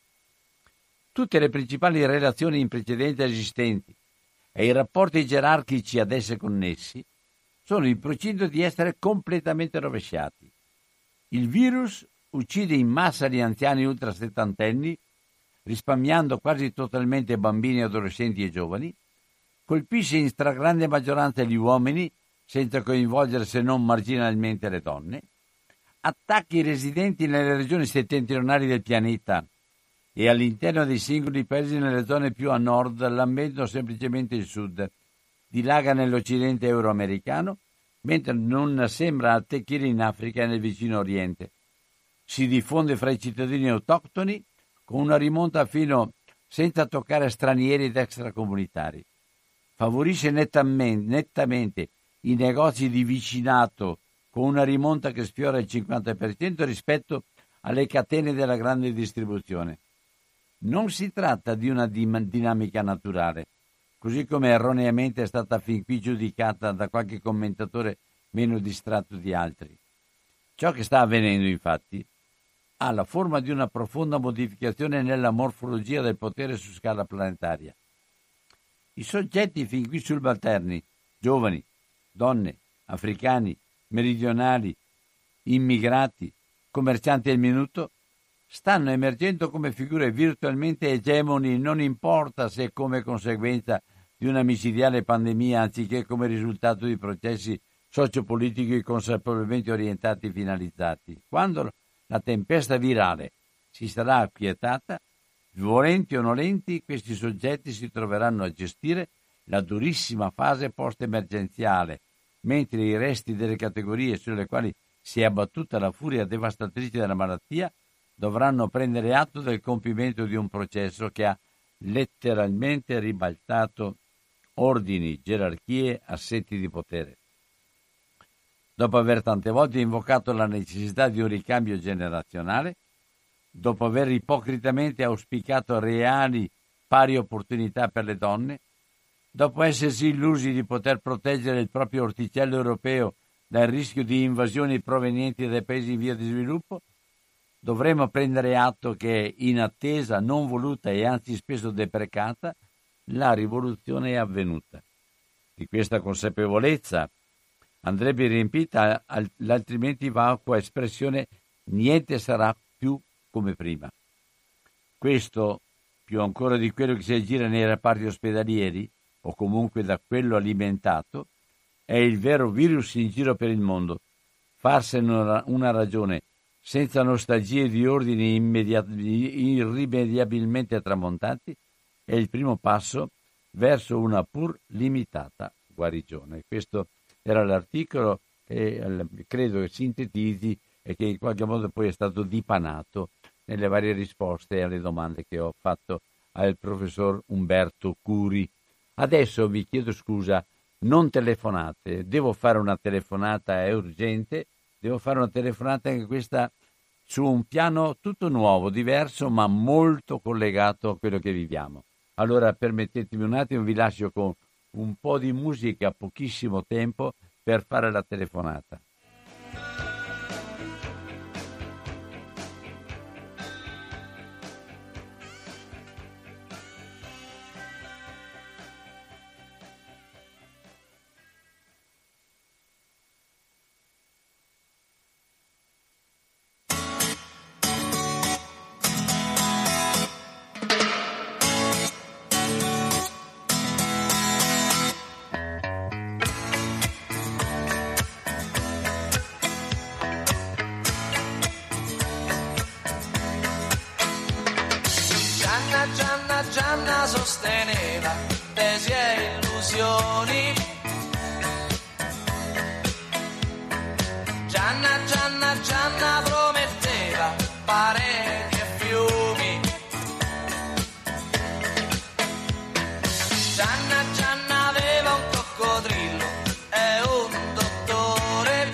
Tutte le principali relazioni in precedenza esistenti e i rapporti gerarchici ad esse connessi sono in procinto di essere completamente rovesciati. Il virus uccide in massa gli anziani ultrasettantenni, risparmiando quasi totalmente bambini, adolescenti e giovani, colpisce in stragrande maggioranza gli uomini, senza coinvolgere se non marginalmente le donne, attacca i residenti nelle regioni settentrionali del pianeta e all'interno dei singoli paesi nelle zone più a nord, lambendo semplicemente il sud, dilaga nell'occidente euroamericano, mentre non sembra attecchire in Africa e nel vicino Oriente. si diffonde fra i cittadini autoctoni con una rimonta fino senza toccare stranieri ed extracomunitari. Favorisce nettamente, nettamente i negozi di vicinato con una rimonta che sfiora il cinquanta per cento rispetto alle catene della grande distribuzione. Non si tratta di una dinamica naturale, così come erroneamente è stata fin qui giudicata da qualche commentatore meno distratto di altri. Ciò che sta avvenendo, infatti, ha la forma di una profonda modificazione nella morfologia del potere su scala planetaria. I soggetti fin qui subalterni, giovani, donne, africani, meridionali, immigrati, commercianti al minuto, stanno emergendo come figure virtualmente egemoni, non importa se come conseguenza di una micidiale pandemia anziché come risultato di processi sociopolitici consapevolmente orientati e finalizzati. Quando la tempesta virale si sarà acquietata, volenti o nolenti, questi soggetti si troveranno a gestire la durissima fase post-emergenziale, mentre i resti delle categorie sulle quali si è abbattuta la furia devastatrice della malattia dovranno prendere atto del compimento di un processo che ha letteralmente ribaltato ordini, gerarchie, assetti di potere. Dopo aver tante volte invocato la necessità di un ricambio generazionale, dopo aver ipocritamente auspicato reali pari opportunità per le donne, dopo essersi illusi di poter proteggere il proprio orticello europeo dal rischio di invasioni provenienti dai paesi in via di sviluppo, dovremo prendere atto che, in attesa, non voluta e anzi spesso deprecata, la rivoluzione è avvenuta. Di questa consapevolezza andrebbe riempita l'altrimenti vacua espressione niente sarà più come prima. Questo, più ancora di quello che si aggira nei reparti ospedalieri, o comunque da quello alimentato, è il vero virus in giro per il mondo. Farsene una, una ragione, senza nostalgie di ordini immediat- irrimediabilmente tramontati, è il primo passo verso una pur limitata guarigione. Questo era l'articolo che credo che sintetizzi e che in qualche modo poi è stato dipanato nelle varie risposte alle domande che ho fatto al professor Umberto Curi. Adesso vi chiedo scusa, non telefonate, devo fare una telefonata, è urgente, devo fare una telefonata anche questa su un piano tutto nuovo, diverso, ma molto collegato a quello che viviamo. Allora permettetemi un attimo, vi lascio con un po' di musica, pochissimo tempo per fare la telefonata. Gianna sosteneva tesi e illusioni. Gianna, Gianna, Gianna prometteva pareti e fiumi. Gianna, Gianna aveva un coccodrillo e un dottore.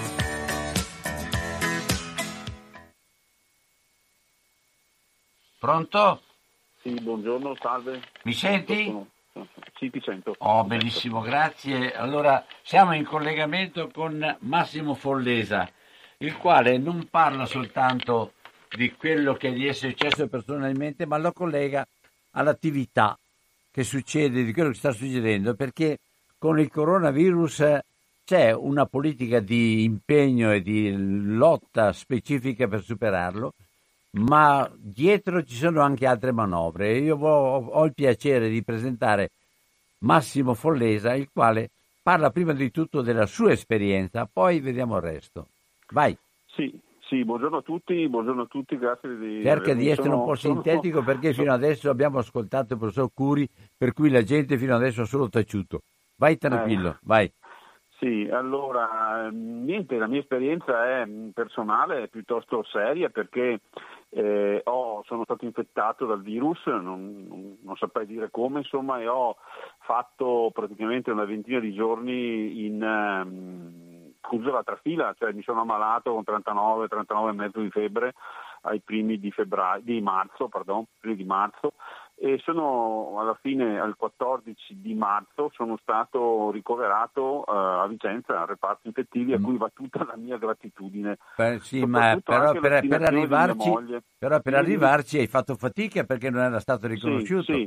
Pronto? Sì, buongiorno, salve. Mi senti? Sono... Sì, ti sento. Oh, benissimo, grazie. Allora, siamo in collegamento con Massimo Follesa, il quale non parla soltanto di quello che gli è successo personalmente, ma lo collega all'attività che succede, di quello che sta succedendo, perché con il coronavirus c'è una politica di impegno e di lotta specifica per superarlo, ma dietro ci sono anche altre manovre. Io ho, ho il piacere di presentare Massimo Follesa, il quale parla prima di tutto della sua esperienza, poi vediamo il resto. Vai. Sì, sì, buongiorno a tutti, buongiorno a tutti, grazie di... Cerca di essere sono, un po' sono, sintetico perché sono, fino adesso abbiamo ascoltato il professor Curi, per cui la gente fino adesso ha solo taciuto. Vai tranquillo, eh, vai. Sì, allora, niente, la mia esperienza è personale, è piuttosto seria perché eh, ho, sono stato infettato dal virus, non, non, non saprei dire come, insomma, e ho fatto praticamente una ventina di giorni in um, chiuso la trafila, cioè mi sono ammalato con trentanove, trentanove e mezzo di febbre ai primi di febbraio, di marzo, pardon, primi di marzo, e sono alla fine, al quattordici di marzo, sono stato ricoverato uh, a Vicenza, a reparti infettivi, a cui va tutta la mia gratitudine. Beh, sì, ma però per, per arrivarci, però per arrivarci hai fatto fatica perché non era stato riconosciuto. Sì, sì.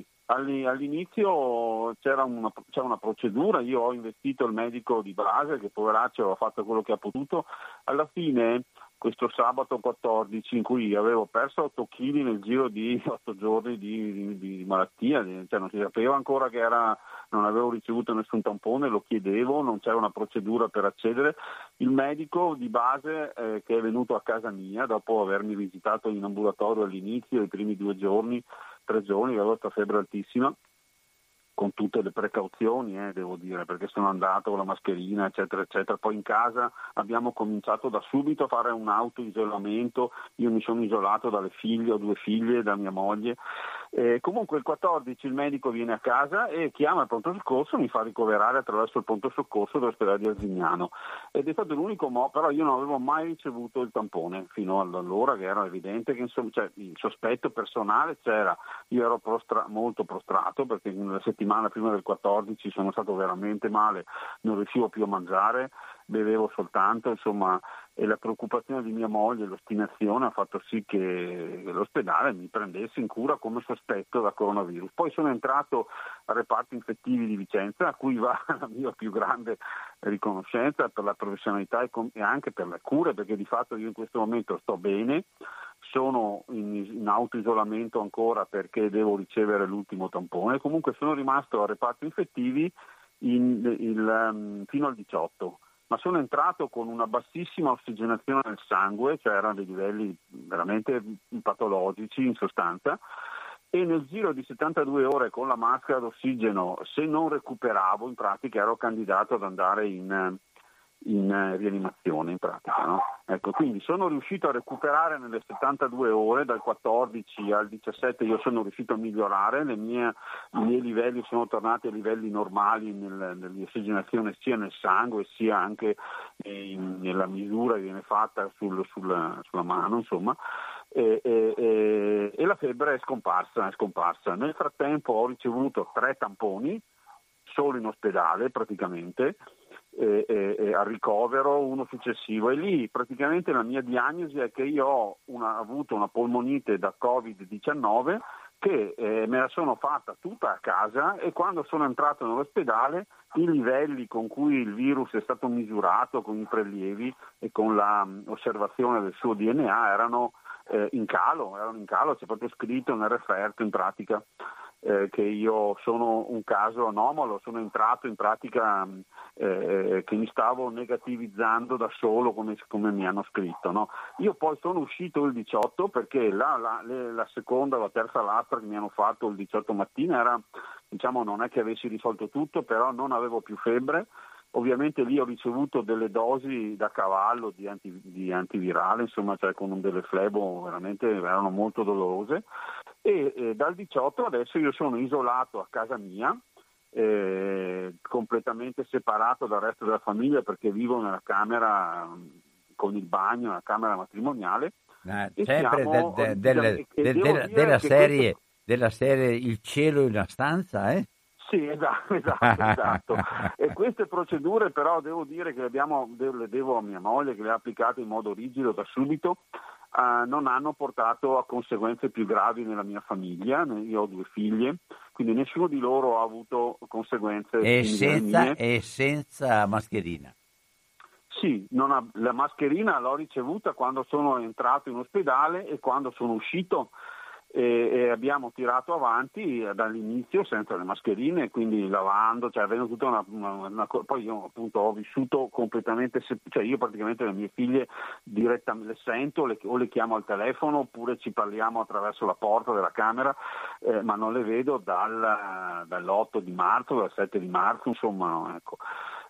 All'inizio c'era una, c'era una procedura, io ho investito il medico di base che poveraccio ha fatto quello che ha potuto, alla fine questo sabato quattordici in cui avevo perso otto chili nel giro di otto giorni di, di, di malattia, cioè non si sapeva ancora che era, non avevo ricevuto nessun tampone, lo chiedevo, non c'era una procedura per accedere, il medico di base eh, che è venuto a casa mia dopo avermi visitato in ambulatorio all'inizio, i primi due giorni, tre giorni, avevo questa febbre altissima, con tutte le precauzioni, eh, devo dire, perché sono andato con la mascherina, eccetera, eccetera. Poi in casa abbiamo cominciato da subito a fare un autoisolamento, io mi sono isolato dalle figlie, ho due figlie, da mia moglie. Eh, comunque il quattordici il medico viene a casa e chiama il pronto soccorso, mi fa ricoverare attraverso il pronto soccorso dell'ospedale di Arzignano. Ed è stato l'unico modo, però io non avevo mai ricevuto il tampone fino allora, che era evidente che insomma, cioè, il sospetto personale c'era, io ero prostra- molto prostrato perché nella settimana prima del quattordici sono stato veramente male, non riuscivo più a mangiare, bevevo soltanto, insomma, e la preoccupazione di mia moglie, l'ostinazione ha fatto sì che l'ospedale mi prendesse in cura come sospetto da coronavirus. Poi sono entrato al reparto infettivi di Vicenza, a cui va la mia più grande riconoscenza per la professionalità e, com- e anche per le cure, perché di fatto io in questo momento sto bene, sono in, in autoisolamento ancora perché devo ricevere l'ultimo tampone, comunque sono rimasto al reparto infettivi in, il, um, fino al diciotto. Ma sono entrato con una bassissima ossigenazione nel sangue, cioè erano dei livelli veramente patologici in sostanza, e nel giro di settantadue ore con la maschera d'ossigeno, se non recuperavo, in pratica ero candidato ad andare in, in rianimazione, in pratica, no? Ecco, quindi sono riuscito a recuperare nelle settantadue ore, dal quattordici al diciassette io sono riuscito a migliorare, le mie, i miei livelli sono tornati a livelli normali nel, nell'ossigenazione sia nel sangue sia anche in, nella misura che viene fatta sul, sul, sulla mano, insomma, e, e, e la febbre è scomparsa, è scomparsa. Nel frattempo ho ricevuto tre tamponi, solo in ospedale praticamente, E, e, e al ricovero, uno successivo, e lì praticamente la mia diagnosi è che io ho una, avuto una polmonite da covid diciannove che eh, me la sono fatta tutta a casa, e quando sono entrato nell'ospedale i livelli con cui il virus è stato misurato con i prelievi e con l'osservazione del suo D N A erano eh, in calo, erano in calo, c'è proprio scritto nel referto in pratica Eh, che io sono un caso anomalo, sono entrato in pratica eh, che mi stavo negativizzando da solo, come, come mi hanno scritto, no? Io poi sono uscito il diciotto perché la, la, le, la seconda o la terza lastra che mi hanno fatto il diciotto mattina era, diciamo, non è che avessi risolto tutto, però non avevo più febbre. Ovviamente lì ho ricevuto delle dosi da cavallo di, anti, di antivirale, insomma, cioè con delle flebo veramente erano molto dolorose, e eh, dal diciotto adesso io sono isolato a casa mia, eh, completamente separato dal resto della famiglia perché vivo nella camera con il bagno, una camera matrimoniale. Ah, sempre de, de, de, de, de, della, serie, questo... della serie Il cielo in una stanza, eh? Sì, esatto, esatto, esatto. E queste procedure però devo dire che le, abbiamo, le devo a mia moglie che le ha applicate in modo rigido da subito, uh, non hanno portato a conseguenze più gravi nella mia famiglia, io ho due figlie, quindi nessuno di loro ha avuto conseguenze e senza, mie. E senza mascherina. Sì, non ha, la mascherina l'ho ricevuta quando sono entrato in ospedale e quando sono uscito. E, e abbiamo tirato avanti dall'inizio senza le mascherine, quindi lavando, cioè avendo tutta una, una, una poi io appunto ho vissuto completamente, cioè io praticamente le mie figlie direttamente le sento le, o le chiamo al telefono oppure ci parliamo attraverso la porta della camera, eh, ma non le vedo dal, dall'otto di marzo, dal sette di marzo, insomma, ecco.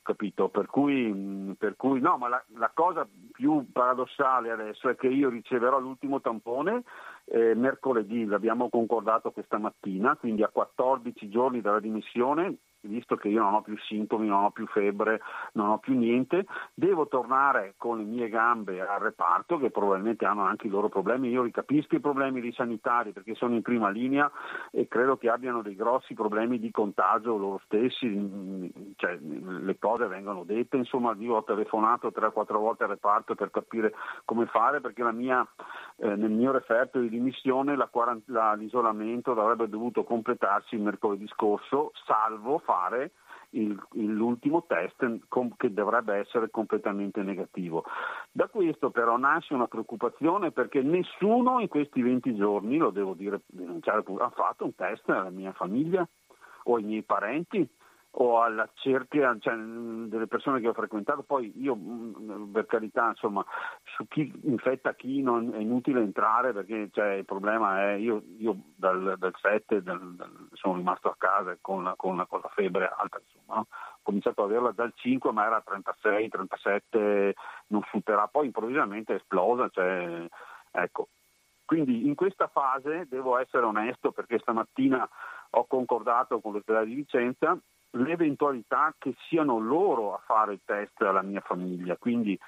capito? Per cui, per cui no, ma la, la cosa più paradossale adesso è che io riceverò l'ultimo tampone eh, mercoledì, l'abbiamo concordato questa mattina, quindi a quattordici giorni dalla dimissione, visto che io non ho più sintomi, non ho più febbre, non ho più niente, devo tornare con le mie gambe al reparto, che probabilmente hanno anche i loro problemi. Io ricapisco i problemi dei sanitari perché sono in prima linea e credo che abbiano dei grossi problemi di contagio loro stessi, cioè, le cose vengono dette, insomma io ho telefonato tre o quattro volte al reparto per capire come fare, perché la mia, eh, nel mio referto di dimissione la quarant- la, l'isolamento avrebbe dovuto completarsi il mercoledì scorso, salvo fare il, il, l'ultimo test com, che dovrebbe essere completamente negativo. Da questo però nasce una preoccupazione, perché nessuno in questi venti giorni, lo devo dire, cioè, ha fatto un test alla mia famiglia o ai miei parenti o alla cerchia, cioè, delle persone che ho frequentato. Poi io, per carità, insomma, su chi infetta chi non è inutile entrare, perché cioè, il problema è io, io dal, dal sette dal, dal, sono rimasto a casa con la, con la, con la febbre alta, insomma, no? Ho cominciato ad averla dal cinque, ma era trentasei, trentasette, non supera, poi improvvisamente è esplosa, cioè, ecco. Quindi in questa fase devo essere onesto, perché stamattina ho concordato con l'ospedale di Vicenza l'eventualità che siano loro a fare il test alla mia famiglia, quindi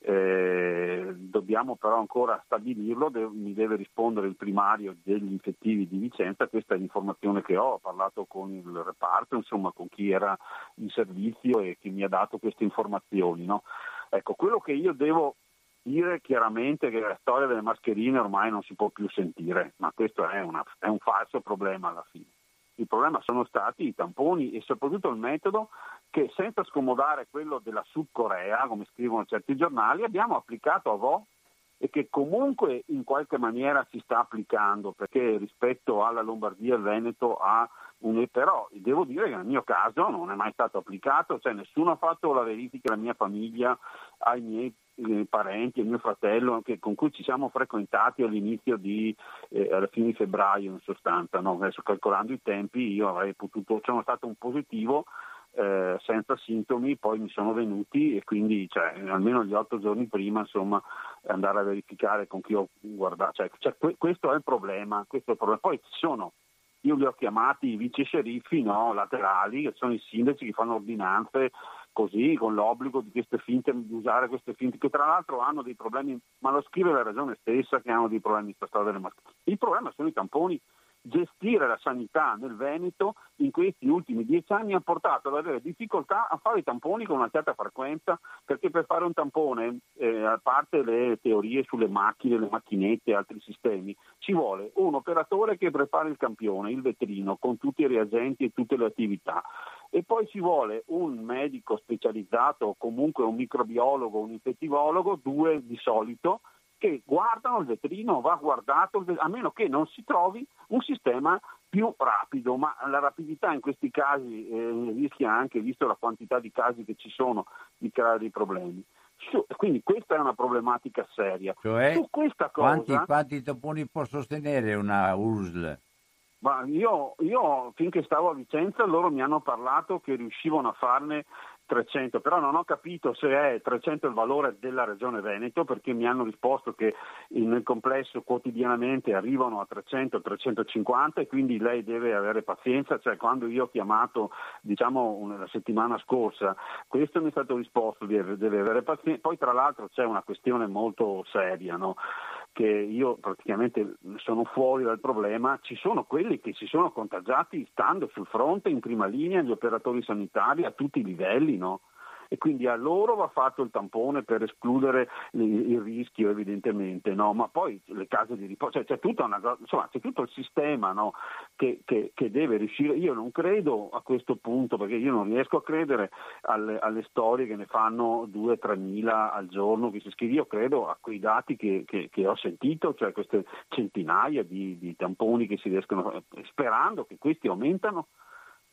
eh, dobbiamo però ancora stabilirlo, de- mi deve rispondere il primario degli infettivi di Vicenza. Questa è l'informazione che ho, ho parlato con il reparto, insomma con chi era in servizio e chi mi ha dato queste informazioni, no? Ecco, quello che io devo dire chiaramente è che la storia delle mascherine ormai non si può più sentire, ma questo è, una, è un falso problema alla fine. Il problema sono stati i tamponi e soprattutto il metodo che, senza scomodare quello della Sud Corea, come scrivono certi giornali, abbiamo applicato a Vo e che comunque in qualche maniera si sta applicando, perché rispetto alla Lombardia e al Veneto ha un... però devo dire che nel mio caso non è mai stato applicato, cioè nessuno ha fatto la verifica alla mia famiglia, ai miei eh, parenti, al mio fratello che, con cui ci siamo frequentati all'inizio di eh, alla fine di febbraio in sostanza, no? Adesso calcolando i tempi io avrei potuto, sono stato un positivo eh, senza sintomi, poi mi sono venuti e quindi cioè, almeno gli otto giorni prima insomma andare a verificare con chi ho guardato, cioè, cioè, que- questo è il problema, questo è il problema. Poi ci sono, io li ho chiamati i vice sceriffi, no, laterali, che sono i sindaci che fanno ordinanze così, con l'obbligo di queste finte, di usare queste finte, che tra l'altro hanno dei problemi, ma lo scrive la regione stessa che hanno dei problemi di questa storia delle maschere. Il problema sono i tamponi. Gestire la sanità nel Veneto in questi ultimi dieci anni ha portato ad avere difficoltà a fare i tamponi con una certa frequenza, perché per fare un tampone, eh, a parte le teorie sulle macchine, le macchinette e altri sistemi, ci vuole un operatore che prepara il campione, il vetrino, con tutti i reagenti e tutte le attività. E poi ci vuole un medico specializzato, o comunque un microbiologo, un infettivologo, due di solito, che guardano il vetrino, va guardato, a meno che non si trovi un sistema più rapido, ma la rapidità in questi casi eh, rischia anche, visto la quantità di casi che ci sono, di creare dei problemi. Su, quindi questa è una problematica seria. Cioè, Su questa cosa, quanti, quanti tamponi può sostenere una U S L? Ma io, io finché stavo a Vicenza loro mi hanno parlato che riuscivano a farne trecento, però non ho capito se è trecento il valore della Regione Veneto, perché mi hanno risposto che nel complesso quotidianamente arrivano a trecento trecentocinquanta e quindi lei deve avere pazienza, cioè quando io ho chiamato diciamo la settimana scorsa questo mi è stato risposto, deve, deve avere pazienza. Poi tra l'altro c'è una questione molto seria, no? Che io praticamente sono fuori dal problema, ci sono quelli che si sono contagiati stando sul fronte in prima linea, gli operatori sanitari a tutti i livelli, no? E quindi a loro va fatto il tampone per escludere il rischio evidentemente, no? Ma poi le case di riposo, cioè c'è, tutta una, insomma, c'è tutto il sistema, no? che, che, che deve riuscire. Io non credo a questo punto, perché io non riesco a credere alle, alle storie che ne fanno due o tre mila al giorno che si scrive. Io credo a quei dati che, che, che ho sentito, cioè queste centinaia di, di tamponi che si riescono, sperando che questi aumentano.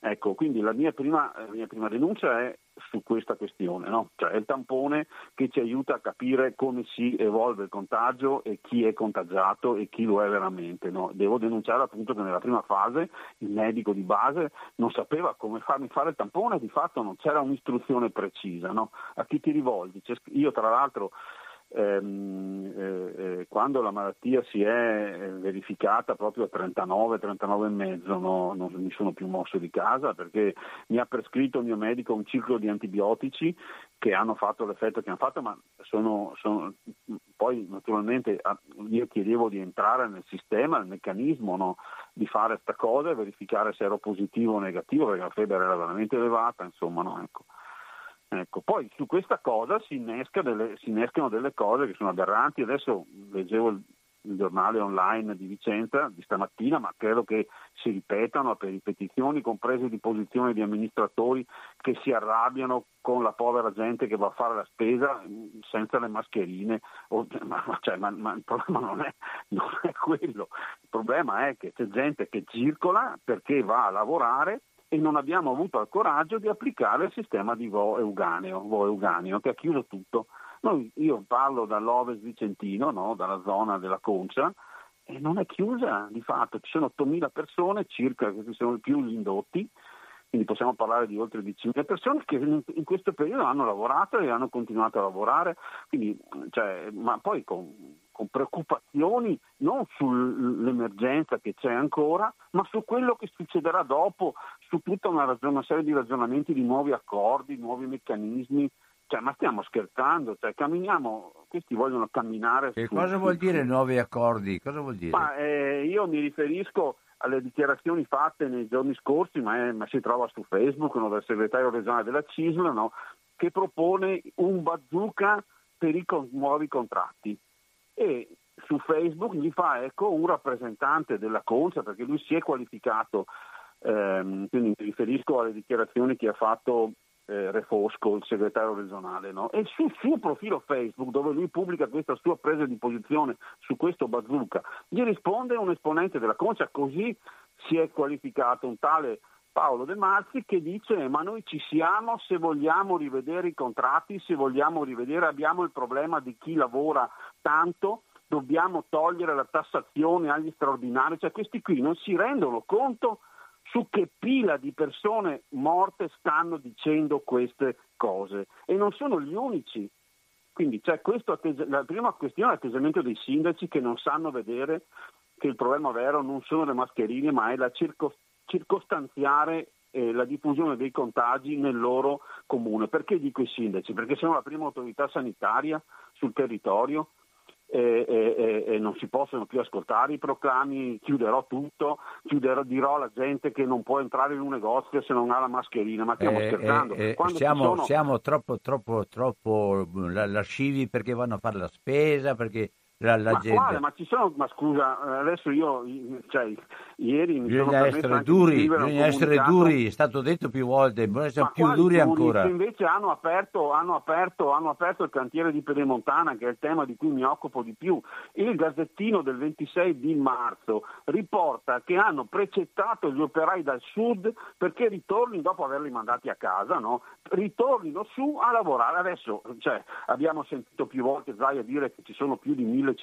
Ecco, quindi la mia prima, la mia prima denuncia è su questa questione, no? Cioè è il tampone che ci aiuta a capire come si evolve il contagio e chi è contagiato e chi lo è veramente, no? Devo denunciare appunto che nella prima fase il medico di base non sapeva come farmi fare il tampone, di fatto non c'era un'istruzione precisa, no? A chi ti rivolgi? C'è, io tra l'altro Ehm, eh, eh, quando la malattia si è verificata proprio a trentanove, trentanove e mezzo, no, non mi sono più mosso di casa perché mi ha prescritto il mio medico un ciclo di antibiotici che hanno fatto l'effetto che hanno fatto, ma sono, sono poi naturalmente io chiedevo di entrare nel sistema, nel meccanismo, no, di fare questa cosa e verificare se ero positivo o negativo perché la febbre era veramente elevata, insomma, no, ecco. Ecco, poi su questa cosa si, innesca delle, si innescano delle cose che sono aberranti. Adesso leggevo il, il giornale online di Vicenza di stamattina, ma credo che si ripetano per ripetizioni, comprese di posizioni di amministratori che si arrabbiano con la povera gente che va a fare la spesa senza le mascherine. O, ma, cioè, ma, ma il problema non è, non è quello, il problema è che c'è gente che circola perché va a lavorare e non abbiamo avuto il coraggio di applicare il sistema di Vo Euganeo, Vo Euganeo che ha chiuso tutto. Noi, io parlo dall'Ovest Vicentino, no, dalla zona della Concia, e non è chiusa di fatto, ci sono ottomila persone circa, questi sono più gli indotti, quindi possiamo parlare di oltre diecimila persone che in, in questo periodo hanno lavorato e hanno continuato a lavorare, quindi, cioè, ma poi con, con preoccupazioni non sull'emergenza che c'è ancora, ma su quello che succederà dopo, su tutta una, ragion- una serie di ragionamenti di nuovi accordi, nuovi meccanismi. Cioè, ma stiamo scherzando, cioè, camminiamo, questi vogliono camminare. Che su, cosa su, vuol dire su. nuovi accordi? Cosa vuol dire? Ma eh, io mi riferisco alle dichiarazioni fatte nei giorni scorsi, ma, è, ma si trova su Facebook, no, del segretario regionale della C I S L, no, che propone un bazooka per i con- nuovi contratti. E su Facebook gli fa eco un rappresentante della Concia, perché lui si è qualificato, ehm, quindi mi riferisco alle dichiarazioni che ha fatto eh, Refosco, il segretario regionale, no? E sul suo profilo Facebook, dove lui pubblica questa sua presa di posizione su questo bazooka, gli risponde un esponente della Concia, così si è qualificato un tale Paolo De Marzi, che dice: ma noi ci siamo se vogliamo rivedere i contratti, se vogliamo rivedere, abbiamo il problema di chi lavora tanto, dobbiamo togliere la tassazione agli straordinari. Cioè, questi qui non si rendono conto su che pila di persone morte stanno dicendo queste cose, e non sono gli unici. Quindi c'è questo atteggi- la prima questione è l'atteggiamento dei sindaci, che non sanno vedere che il problema vero non sono le mascherine, ma è la circo- circostanziare eh, la diffusione dei contagi nel loro comune. Perché dico i sindaci? Perché sono la prima autorità sanitaria sul territorio. E, e, e non si possono più ascoltare i proclami: chiuderò tutto, chiuderò, dirò alla gente che non può entrare in un negozio se non ha la mascherina. Ma stiamo Eh, scherzando? eh, eh, Quando siamo, ci sono... siamo troppo, troppo, troppo lascivi perché vanno a fare la spesa, perché la, la ma gente... quale? Ma ci sono, ma scusa, adesso io, cioè, ieri mi sono Bisogna permesso essere anche di duri, scrivere un bisogna essere comunicato. duri, è stato detto più volte, bisogna essere Ma più quali duri duri? ancora. Se invece hanno aperto, hanno, aperto, hanno aperto il cantiere di Pedemontana, che è il tema di cui mi occupo di più. Il Gazzettino del ventisei di marzo riporta che hanno precettato gli operai dal sud perché ritornino, dopo averli mandati a casa, no? ritornino su a lavorare. Adesso, cioè, abbiamo sentito più volte Zaia dire che ci sono più di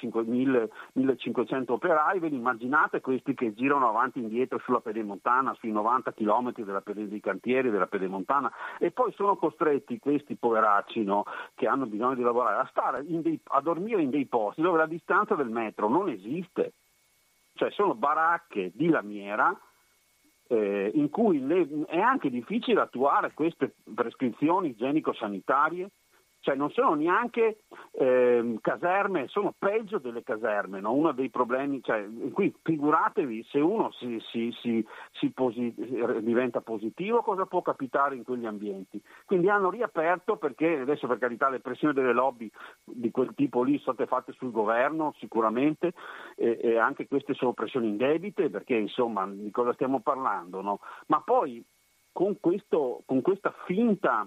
millecinquecento operai. Ve li immaginate questi che girano avanti e indietro sulla Pedemontana, sui novanta chilometri della, dei cantieri della Pedemontana, e poi sono costretti questi poveracci, no, che hanno bisogno di lavorare, a stare in dei, a dormire in dei posti dove la distanza del metro non esiste. Cioè sono baracche di lamiera eh, in cui le, è anche difficile attuare queste prescrizioni igienico-sanitarie. Cioè non sono neanche eh, caserme, sono peggio delle caserme, no? Uno dei problemi, cioè, qui figuratevi se uno si, si, si, si posi- diventa positivo, cosa può capitare in quegli ambienti. Quindi hanno riaperto, perché adesso, per carità, le pressioni delle lobby di quel tipo lì sono state fatte sul governo sicuramente, e, e anche queste sono pressioni indebite, perché insomma di cosa stiamo parlando, no? Ma poi con, questo, con questa finta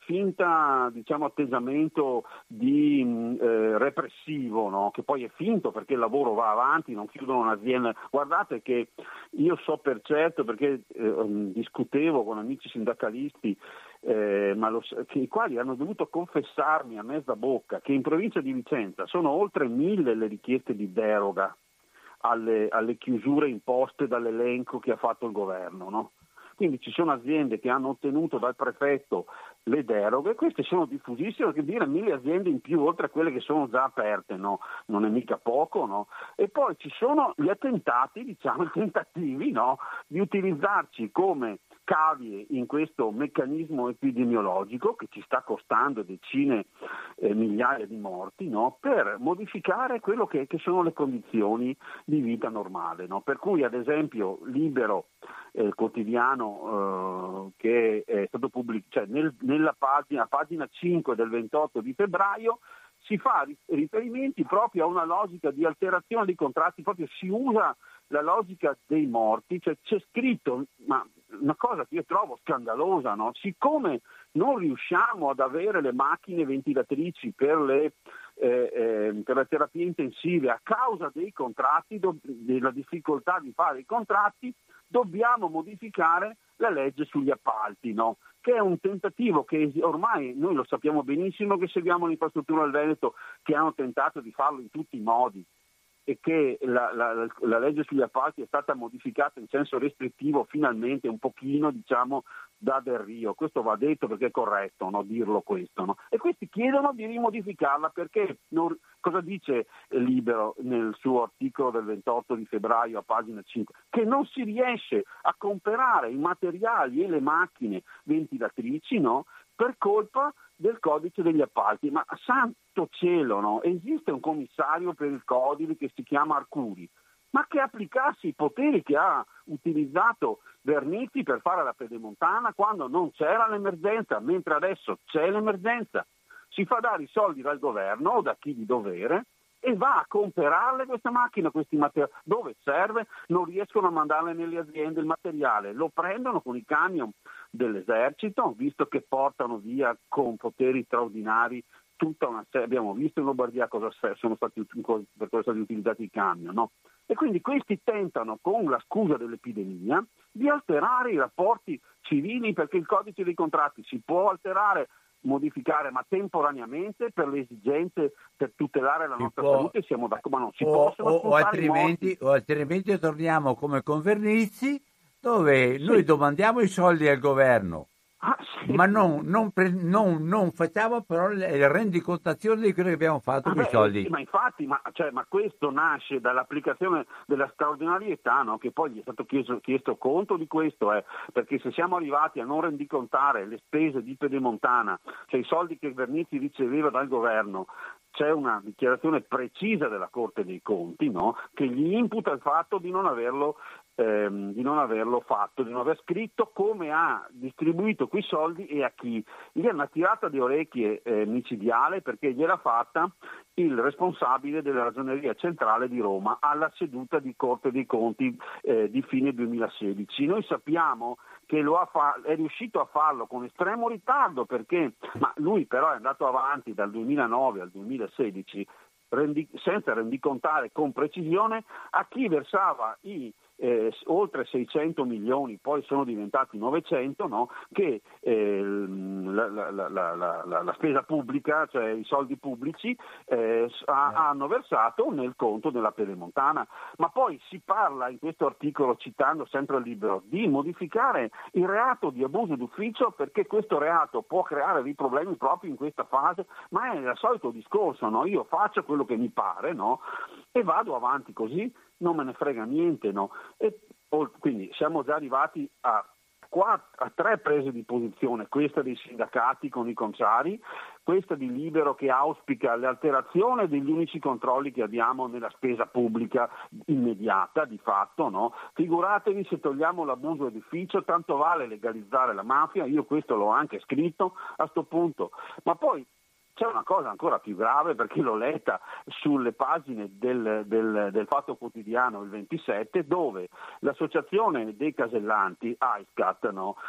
finta, diciamo, atteggiamento di eh, repressivo, no? Che poi è finto perché il lavoro va avanti, non chiudono un'azienda. Guardate che io so per certo, perché eh, discutevo con amici sindacalisti eh, ma lo, che, i quali hanno dovuto confessarmi a mezza bocca che in provincia di Vicenza sono oltre mille le richieste di deroga alle, alle chiusure imposte dall'elenco che ha fatto il governo, no? Quindi ci sono aziende che hanno ottenuto dal prefetto le deroghe, queste sono diffusissime, che dire mille aziende in più oltre a quelle che sono già aperte, no? Non è mica poco, no? E poi ci sono gli attentati, diciamo, i tentativi, no? Di utilizzarci come cavie in questo meccanismo epidemiologico che ci sta costando decine eh, migliaia di morti, no? Per modificare quello che, che sono le condizioni di vita normale, no? Per cui ad esempio Libero, eh, il quotidiano eh, che è stato pubblicato, cioè nel, nella pagina, pagina cinque del ventotto di febbraio si fa riferimenti proprio a una logica di alterazione dei contratti, proprio si usa la logica dei morti, cioè c'è scritto, ma una cosa che io trovo scandalosa, no? Siccome non riusciamo ad avere le macchine ventilatrici per le, eh, eh, per le terapie intensive a causa dei contratti, do, della difficoltà di fare i contratti, dobbiamo modificare la legge sugli appalti, no? Che è un tentativo che ormai noi lo sappiamo benissimo, che seguiamo l'infrastruttura del Veneto, che hanno tentato di farlo in tutti i modi, e che la, la, la legge sugli appalti è stata modificata in senso restrittivo finalmente un pochino, diciamo, da Del Rio. Questo va detto perché è corretto, no? Dirlo questo, no? E questi chiedono di rimodificarla perché non, cosa dice Libero nel suo articolo del ventotto di febbraio a pagina cinque? Che non si riesce a comprare i materiali e le macchine ventilatrici, no? Per colpa del codice degli appalti. Ma santo cielo, no? Esiste un commissario per il codice che si chiama Arcuri, ma che applicasse i poteri che ha utilizzato Vernizzi per fare la pedemontana quando non c'era l'emergenza, mentre adesso c'è l'emergenza. Si fa dare i soldi dal governo o da chi di dovere e va a comprarle queste macchine, questi materiali. Dove serve? Non riescono a mandarle nelle aziende il materiale, lo prendono con i camion dell'esercito, visto che portano via con poteri straordinari tutta una serie. Abbiamo visto in Lombardia cosa sono stati, per cosa sono stati utilizzati i camion, no? E quindi questi tentano, con la scusa dell'epidemia, di alterare i rapporti civili, perché il codice dei contratti si può alterare, modificare, ma temporaneamente per le esigenze, per tutelare la si nostra può, salute, siamo d'accordo, ma non si o, possono o, o, altrimenti, o altrimenti torniamo come con Vernizzi, dove sì. Noi domandiamo i soldi al governo, ah, sì. ma non, non, pre, non, non facciamo però la rendicontazione di quello che abbiamo fatto ah, con beh, i soldi. Sì, ma infatti, ma, cioè, ma questo nasce dall'applicazione della straordinarietà, no? Che poi gli è stato chiesto, chiesto conto di questo, eh, perché se siamo arrivati a non rendicontare le spese di pedemontana, cioè i soldi che Vernizzi riceveva dal governo, c'è una dichiarazione precisa della Corte dei Conti, no? Che gli imputa il fatto di non averlo Ehm, di non averlo fatto, di non aver scritto come ha distribuito quei soldi e a chi. Gli è una tirata di orecchie eh, micidiale, perché gliel'ha fatta il responsabile della Ragioneria Centrale di Roma alla seduta di Corte dei Conti eh, di fine duemilasedici. Noi sappiamo che lo ha fa- è riuscito a farlo con estremo ritardo, perché ma lui però è andato avanti dal duemilanove al duemilasedici rendi- senza rendicontare con precisione a chi versava i Eh, oltre seicento milioni, poi sono diventati novecento, no? Che eh, la, la, la, la, la, la spesa pubblica, cioè i soldi pubblici, eh, ha, hanno versato nel conto della pedemontana. Ma poi si parla in questo articolo, citando sempre il Libero, di modificare il reato di abuso d'ufficio, perché questo reato può creare dei problemi proprio in questa fase, ma è il solito discorso, no? Io faccio quello che mi pare, no? E vado avanti così, non me ne frega niente, no? E quindi siamo già arrivati a, quattro, a tre prese di posizione, questa dei sindacati con i conciari, questa di Libero che auspica l'alterazione degli unici controlli che abbiamo nella spesa pubblica immediata, di fatto, no? Figuratevi se togliamo l'abuso d'ufficio, tanto vale legalizzare la mafia, io questo l'ho anche scritto a sto punto, ma poi c'è una cosa ancora più grave, perché l'ho letta sulle pagine del, del, del Fatto Quotidiano il ventisette, dove l'associazione dei casellanti, AISCAT, no,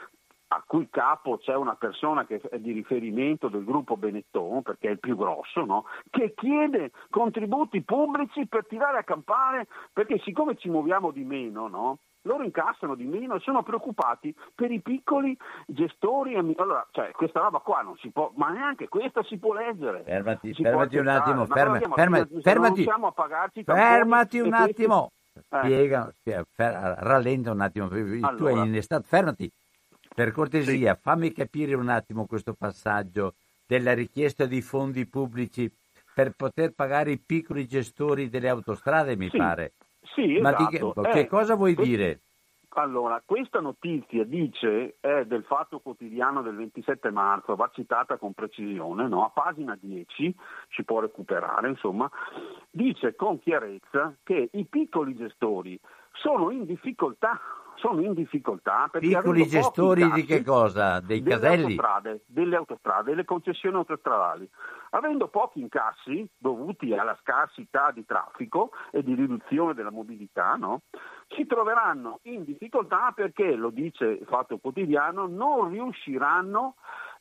a cui capo c'è una persona che è di riferimento del gruppo Benetton, perché è il più grosso, no? Che chiede contributi pubblici per tirare a campare, perché siccome ci muoviamo di meno, no? Loro incassano di meno e sono preoccupati per i piccoli gestori. Allora, cioè, questa roba qua non si può, ma neanche questa si può leggere. Fermati, si fermati un attimo, ferma, fermati, fermati, fermati, non a pagarci fermati un questi... attimo, eh. spiega, spiega fer, rallenta un attimo, allora. Tu hai innestato, fermati, per cortesia, sì. Fammi capire un attimo questo passaggio della richiesta di fondi pubblici per poter pagare i piccoli gestori delle autostrade, mi sì. pare. Sì, ma esatto. di che, che eh, cosa vuoi que- dire? Allora, questa notizia dice, è del Fatto Quotidiano del ventisette marzo, va citata con precisione, no? A pagina dieci, si può recuperare, insomma, dice con chiarezza che i piccoli gestori sono in difficoltà, sono in difficoltà perché piccoli gestori di che cosa? Dei delle caselli? Autostrade, delle autostrade, delle concessioni autostradali. Avendo pochi incassi dovuti alla scarsità di traffico e di riduzione della mobilità, no? Si troveranno in difficoltà perché, lo dice Fatto Quotidiano, non riusciranno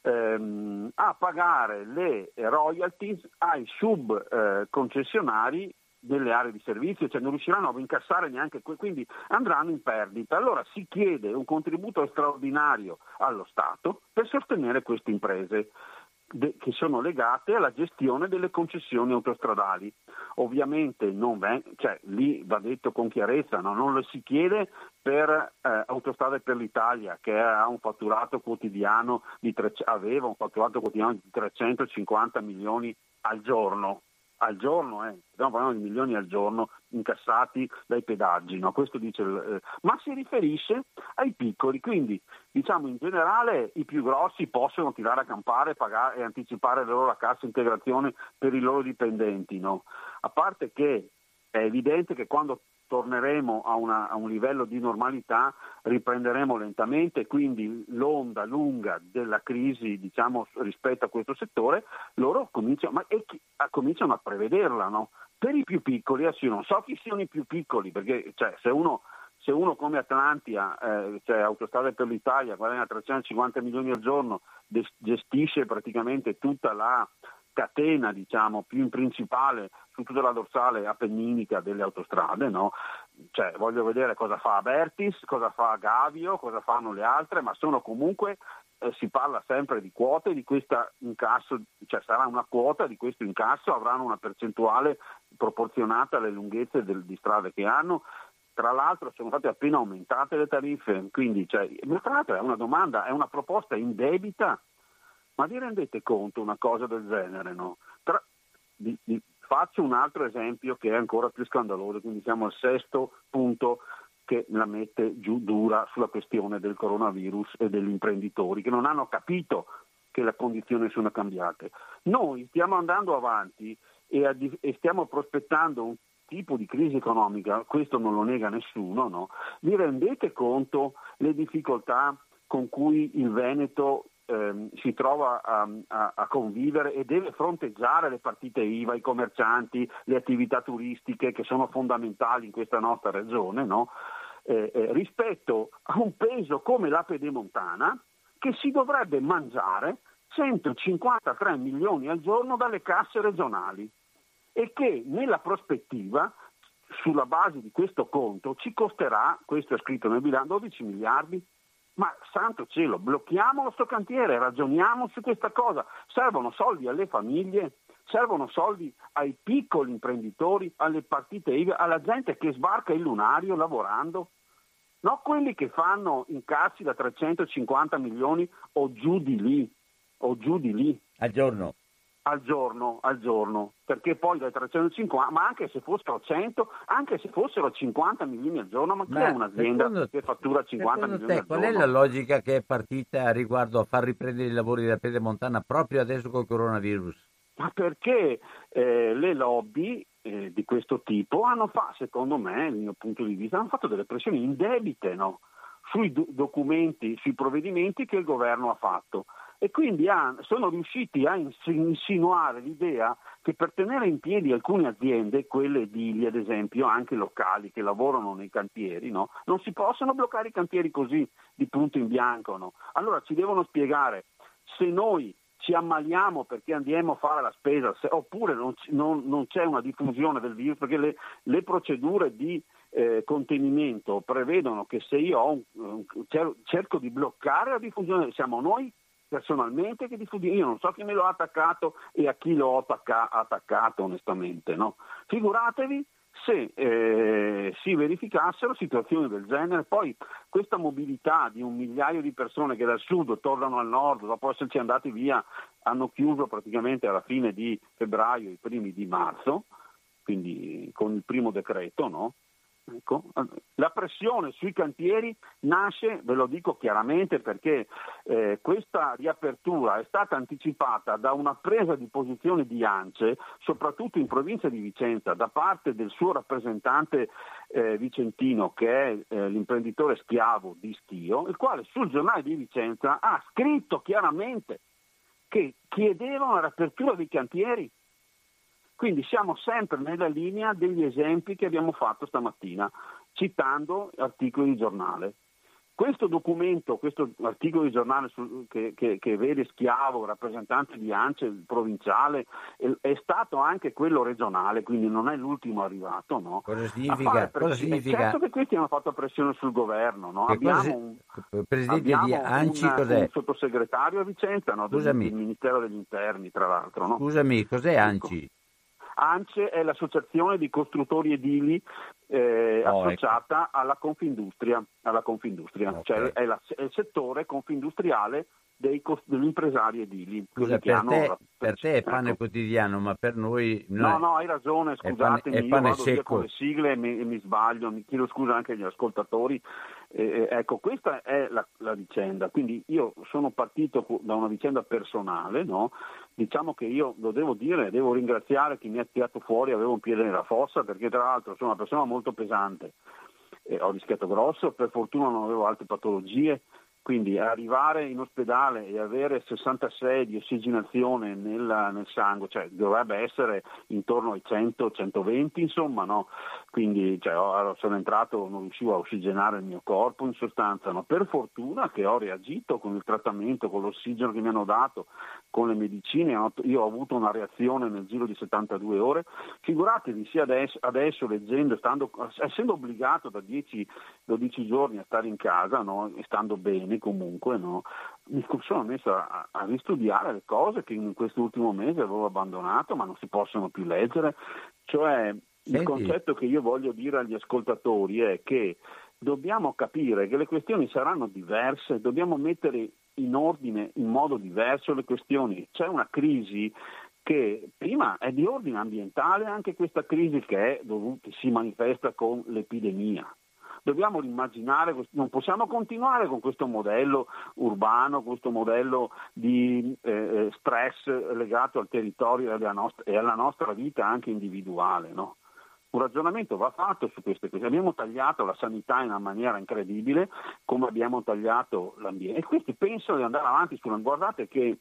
ehm, a pagare le royalties ai subconcessionari eh, delle aree di servizio, cioè non riusciranno a incassare neanche que- quindi andranno in perdita. Allora si chiede un contributo straordinario allo Stato per sostenere queste imprese de- che sono legate alla gestione delle concessioni autostradali. Ovviamente non ven- cioè, lì va detto con chiarezza, no? Non lo si chiede per eh, Autostrade per l'Italia, che ha un fatturato quotidiano di tre- aveva un fatturato quotidiano di trecentocinquanta milioni al giorno. Al giorno, eh, stiamo parlando di milioni al giorno incassati dai pedaggi, no? Questo dice, il, eh, ma si riferisce ai piccoli, quindi diciamo in generale i più grossi possono tirare a campare, pagare e anticipare la loro cassa integrazione per i loro dipendenti, no? A parte che è evidente che quando torneremo a, una, a un livello di normalità riprenderemo lentamente, quindi l'onda lunga della crisi, diciamo, rispetto a questo settore, loro cominciano, ma e chi, a, cominciano a prevederla, no? Per i più piccoli, adesso io non so chi siano i più piccoli, perché cioè, se uno se uno come Atlantia, eh, cioè Autostrade per l'Italia, guadagna trecentocinquanta milioni al giorno, gestisce praticamente tutta la catena, diciamo, più principale su tutta la dorsale appenninica delle autostrade, no? Cioè, voglio vedere cosa fa Abertis, cosa fa Gavio, cosa fanno le altre, ma sono comunque, eh, si parla sempre di quote, di questa incasso, cioè sarà una quota di questo incasso, avranno una percentuale proporzionata alle lunghezze del, di strade che hanno. Tra l'altro sono state appena aumentate le tariffe, quindi cioè, ma tra l'altro è una domanda, è una proposta indebita. Ma vi rendete conto una cosa del genere, no? Tra, di, di, faccio un altro esempio che è ancora più scandaloso, quindi siamo al sesto punto che la mette giù dura sulla questione del coronavirus e degli imprenditori che non hanno capito che le condizioni sono cambiate. Noi stiamo andando avanti e, a, e stiamo prospettando un tipo di crisi economica, questo non lo nega nessuno, no? Vi rendete conto le difficoltà con cui il Veneto ehm, si trova a, a, a convivere e deve fronteggiare le partite I V A, i commercianti, le attività turistiche che sono fondamentali in questa nostra regione, no? eh, eh, rispetto a un peso come la Pedemontana che si dovrebbe mangiare centocinquantatré milioni al giorno dalle casse regionali e che nella prospettiva, sulla base di questo conto, ci costerà, questo è scritto nel bilancio, dodici miliardi. Ma santo cielo, blocchiamo sto cantiere, ragioniamo su questa cosa. Servono soldi alle famiglie, servono soldi ai piccoli imprenditori, alle partite I V A, alla gente che sbarca il lunario lavorando, non quelli che fanno incassi da trecentocinquanta milioni o giù di lì, o giù di lì. Al giorno. Al giorno, al giorno, perché poi dai trecentocinquanta, ma anche se fossero cento, anche se fossero cinquanta milioni al giorno, ma chi ma è un'azienda secondo, che fattura cinquanta milioni te, al giorno? Qual è la logica che è partita riguardo a far riprendere i lavori della Pedemontana proprio adesso col coronavirus? Ma perché eh, le lobby eh, di questo tipo hanno fatto, secondo me, dal mio punto di vista, hanno fatto delle pressioni indebite, no? Sui do- documenti, sui provvedimenti che il governo ha fatto. e quindi ha, sono riusciti a insinuare l'idea che per tenere in piedi alcune aziende, quelle edili ad esempio, anche locali che lavorano nei cantieri, no? Non si possono bloccare i cantieri così di punto in bianco, no? Allora ci devono spiegare se noi ci ammaliamo perché andiamo a fare la spesa, se, oppure non, non, non c'è una diffusione del virus, perché le, le procedure di eh, contenimento prevedono che se io ho un, un, cerco di bloccare la diffusione, siamo noi personalmente che diffudiamo, io non so chi me l'ha attaccato e a chi l'ho attacca, attaccato onestamente, no? Figuratevi se eh, si verificassero situazioni del genere. Poi questa mobilità di un migliaio di persone che dal sud tornano al nord dopo esserci andati via, hanno chiuso praticamente alla fine di febbraio, i primi di marzo, quindi con il primo decreto, no? Ecco, la pressione sui cantieri nasce, ve lo dico chiaramente, perché eh, questa riapertura è stata anticipata da una presa di posizione di ANCE, soprattutto in provincia di Vicenza, da parte del suo rappresentante eh, vicentino, che è eh, l'imprenditore Schiavo di Schio, il quale sul giornale di Vicenza ha scritto chiaramente che chiedevano la riapertura dei cantieri. Quindi siamo sempre nella linea degli esempi che abbiamo fatto stamattina, citando articoli di giornale. Questo documento, questo articolo di giornale su, che, che, che vede Schiavo, rappresentante di ANCE provinciale, è, è stato anche quello regionale, quindi non è l'ultimo arrivato, no? Cosa significa? Cosa significa? Certo che questi hanno fatto pressione sul governo, no? Abbiamo cosa, un, Presidente abbiamo di ANCI, un, cos'è? un sottosegretario a Vicenza, no? Del, del Ministero degli Interni, tra l'altro, no? Scusami, cos'è ANCI? ANCE è l'associazione di costruttori edili eh, oh, associata ecco. alla Confindustria, alla Confindustria. Okay. Cioè è, la, è il settore confindustriale dei, degli impresari edili. Scusa, per, hanno, te, per te è pane ecco. quotidiano, ma per noi... No, no, hai ragione, scusatemi, io vado secco. via con le sigle e mi, e mi sbaglio, mi chiedo scusa anche agli ascoltatori. Eh, ecco, questa è la, la vicenda, quindi io sono partito da una vicenda personale, no? Diciamo che io, lo devo dire, devo ringraziare chi mi ha tirato fuori, avevo un piede nella fossa, perché tra l'altro sono una persona molto pesante, eh, ho rischiato grosso, per fortuna non avevo altre patologie, quindi arrivare in ospedale e avere sessantasei di ossigenazione nel, nel sangue, cioè dovrebbe essere intorno ai cento centoventi, insomma, no? Quindi cioè, sono entrato, non riuscivo a ossigenare il mio corpo in sostanza, ma per fortuna che ho reagito con il trattamento, con l'ossigeno che mi hanno dato, con le medicine, io ho avuto una reazione nel giro di settantadue ore. Figuratevi, sia adesso, adesso leggendo, stando, essendo obbligato da dieci dodici giorni a stare in casa, no? E stando bene comunque, no? Mi sono messo a, a ristudiare le cose che in quest'ultimo mese avevo abbandonato, ma non si possono più leggere. Cioè, Senti. Il concetto che io voglio dire agli ascoltatori è che dobbiamo capire che le questioni saranno diverse, dobbiamo mettere in ordine in modo diverso le questioni. C'è una crisi che prima è di ordine ambientale, anche questa crisi che è dovuta, si manifesta con l'epidemia. Dobbiamo immaginare, non possiamo continuare con questo modello urbano, questo modello di eh, stress legato al territorio e alla, nostra, e alla nostra vita anche individuale, no? Un ragionamento va fatto su queste cose. Abbiamo tagliato la sanità in una maniera incredibile, come abbiamo tagliato l'ambiente. E questi pensano di andare avanti sulla... Guardate che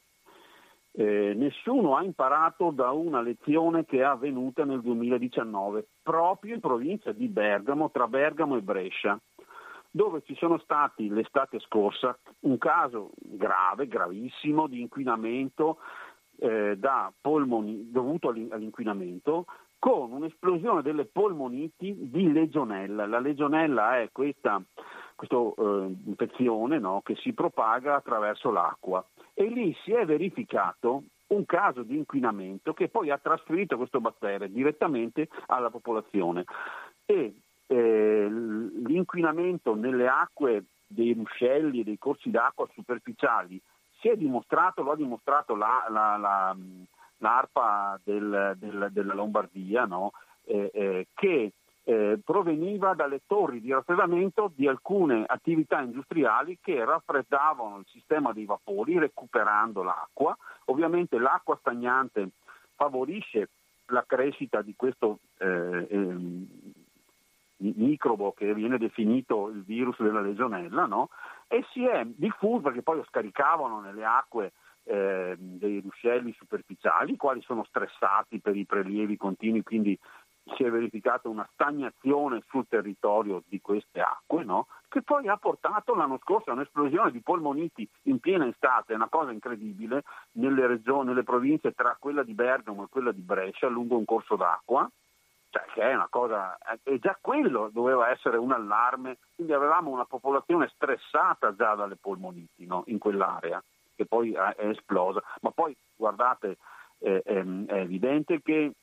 eh, nessuno ha imparato da una lezione che è avvenuta nel duemiladiciannove, proprio in provincia di Bergamo, tra Bergamo e Brescia, dove ci sono stati l'estate scorsa un caso grave, gravissimo, di inquinamento eh, da polmoni, dovuto all'inquinamento, con un'esplosione delle polmoniti di legionella. La legionella è questa, questa eh, infezione, no, che si propaga attraverso l'acqua, e lì si è verificato un caso di inquinamento che poi ha trasferito questo batterio direttamente alla popolazione, e eh, l'inquinamento nelle acque dei ruscelli e dei corsi d'acqua superficiali si è dimostrato, lo ha dimostrato la, la, la l'ARPA del, del, della Lombardia, no? eh, eh, che eh, proveniva dalle torri di raffreddamento di alcune attività industriali che raffreddavano il sistema dei vapori recuperando l'acqua. Ovviamente l'acqua stagnante favorisce la crescita di questo eh, eh, microbo che viene definito il virus della legionella, no? E si è diffuso, perché poi lo scaricavano nelle acque eh, dei ruscelli superficiali, i quali sono stressati per i prelievi continui, quindi si è verificata una stagnazione sul territorio di queste acque, no? Che poi ha portato l'anno scorso a un'esplosione di polmoniti in piena estate, è una cosa incredibile, nelle regioni, nelle province tra quella di Bergamo e quella di Brescia, lungo un corso d'acqua, cioè che è una cosa, e già quello doveva essere un allarme, quindi avevamo una popolazione stressata già dalle polmoniti, no? In quell'area, che poi è esplosa. Ma poi guardate, eh, è, è evidente che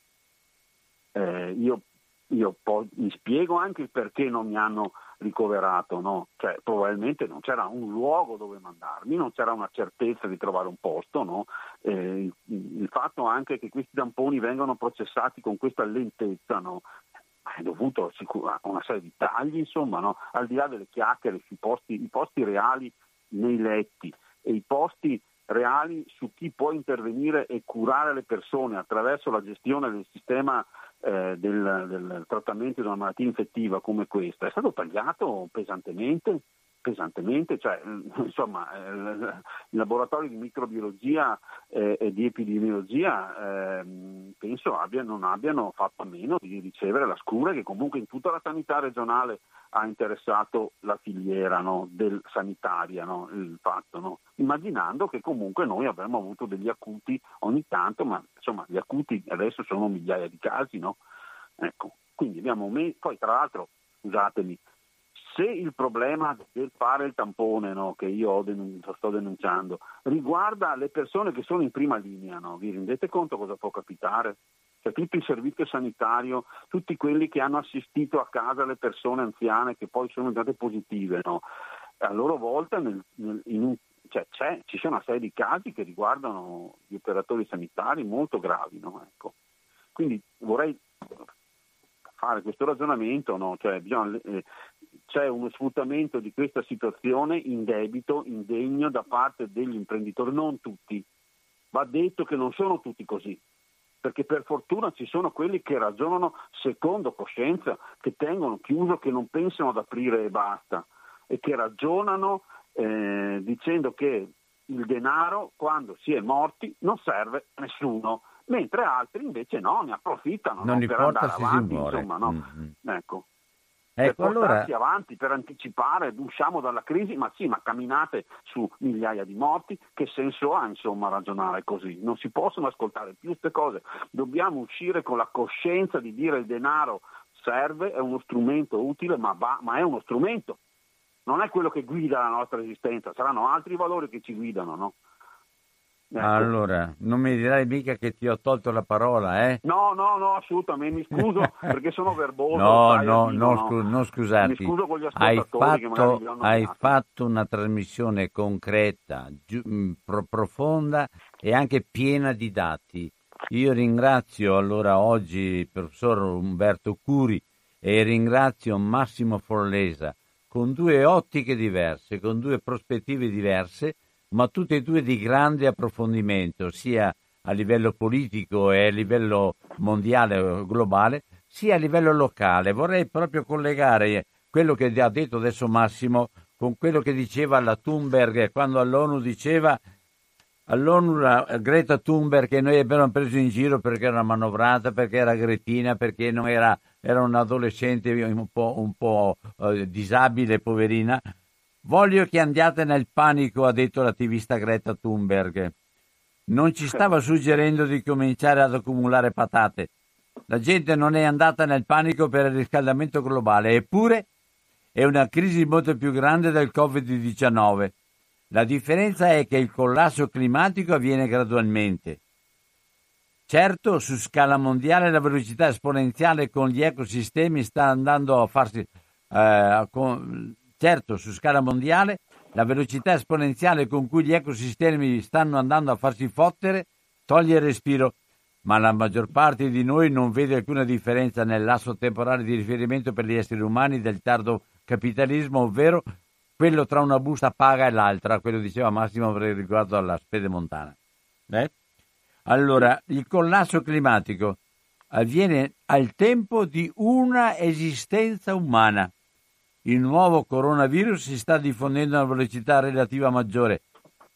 Eh, io, io poi mi spiego anche il perché non mi hanno ricoverato, no? Cioè, probabilmente non c'era un luogo dove mandarmi, non c'era una certezza di trovare un posto, no? Eh, il, il fatto anche che questi tamponi vengano processati con questa lentezza, no? È dovuto a una serie di tagli, insomma, no? Al di là delle chiacchiere sui posti, i posti reali nei letti e i posti reali su chi può intervenire e curare le persone attraverso la gestione del sistema eh, del, del trattamento di una malattia infettiva come questa, è stato tagliato pesantemente, pesantemente, cioè insomma eh, i laboratori di microbiologia eh, e di epidemiologia eh, penso abbiano, non abbiano fatto a meno di ricevere la scure che comunque in tutta la sanità regionale ha interessato la filiera, no, del sanitaria, no, il fatto, no, immaginando che comunque noi avremmo avuto degli acuti ogni tanto, ma insomma gli acuti adesso sono migliaia di casi, no? Ecco, quindi abbiamo me- poi tra l'altro, scusatemi, se il problema del fare il tampone, no, che io ho denun- sto denunciando, riguarda le persone che sono in prima linea, no, vi rendete conto cosa può capitare? Cioè tutto il servizio sanitario, tutti quelli che hanno assistito a casa le persone anziane che poi sono diventate positive, no? A loro volta nel, nel, in un, cioè, c'è, ci sono una serie di casi che riguardano gli operatori sanitari molto gravi, no? Ecco. Quindi vorrei fare questo ragionamento, no? Cioè, bisogna, eh, c'è uno sfruttamento di questa situazione indebito, indegno da parte degli imprenditori, non tutti. Va detto che non sono tutti così, perché per fortuna ci sono quelli che ragionano secondo coscienza, che tengono chiuso, che non pensano ad aprire e basta, e che ragionano eh, dicendo che il denaro quando si è morti non serve a nessuno, mentre altri invece no, ne approfittano, non no, per importa andare se avanti, si muore. insomma, no? Mm-hmm. Ecco. Ecco, per portarsi allora... avanti, per anticipare, usciamo dalla crisi, ma sì, ma camminate su migliaia di morti, che senso ha insomma ragionare così? Non si possono ascoltare più queste cose, dobbiamo uscire con la coscienza di dire il denaro serve, è uno strumento utile, ma, va, ma è uno strumento, non è quello che guida la nostra esistenza, saranno altri valori che ci guidano, no? Ecco. Allora, non mi dirai mica che ti ho tolto la parola, eh? No, no, no, assolutamente, mi scuso perché sono verboso. No, sai, no, Adino, no, scu- no, non scusarti. Mi scuso con gli Hai ascoltatori che magari fatto, mi hanno hai nominato. fatto una trasmissione concreta, giu- mh, pro- profonda e anche piena di dati. Io ringrazio allora oggi il professor Umberto Curi e ringrazio Massimo Forlesa, con due ottiche diverse, con due prospettive diverse, ma tutte e due di grande approfondimento, sia a livello politico e a livello mondiale o globale, sia a livello locale. Vorrei proprio collegare quello che ha detto adesso Massimo con quello che diceva la Thunberg quando all'ONU diceva all'ONU la Greta Thunberg, che noi abbiamo preso in giro perché era una manovrata, perché era gretina, perché non era, era un'adolescente un po', un po' eh, disabile, poverina. Voglio che andiate nel panico, ha detto l'attivista Greta Thunberg. Non ci stava suggerendo di cominciare ad accumulare patate. La gente non è andata nel panico per il riscaldamento globale, eppure è una crisi molto più grande del covid diciannove. La differenza è che il collasso climatico avviene gradualmente. Certo, su scala mondiale la velocità esponenziale con gli ecosistemi sta andando a farsi... Eh, con, certo, su scala mondiale la velocità esponenziale con cui gli ecosistemi stanno andando a farsi fottere toglie il respiro, ma la maggior parte di noi non vede alcuna differenza nel lasso temporale di riferimento per gli esseri umani del tardo capitalismo, ovvero quello tra una busta paga e l'altra, quello diceva Massimo per riguardo alla pedemontana. Eh? Allora, il collasso climatico avviene al tempo di una esistenza umana. Il nuovo coronavirus si sta diffondendo a una velocità relativa maggiore.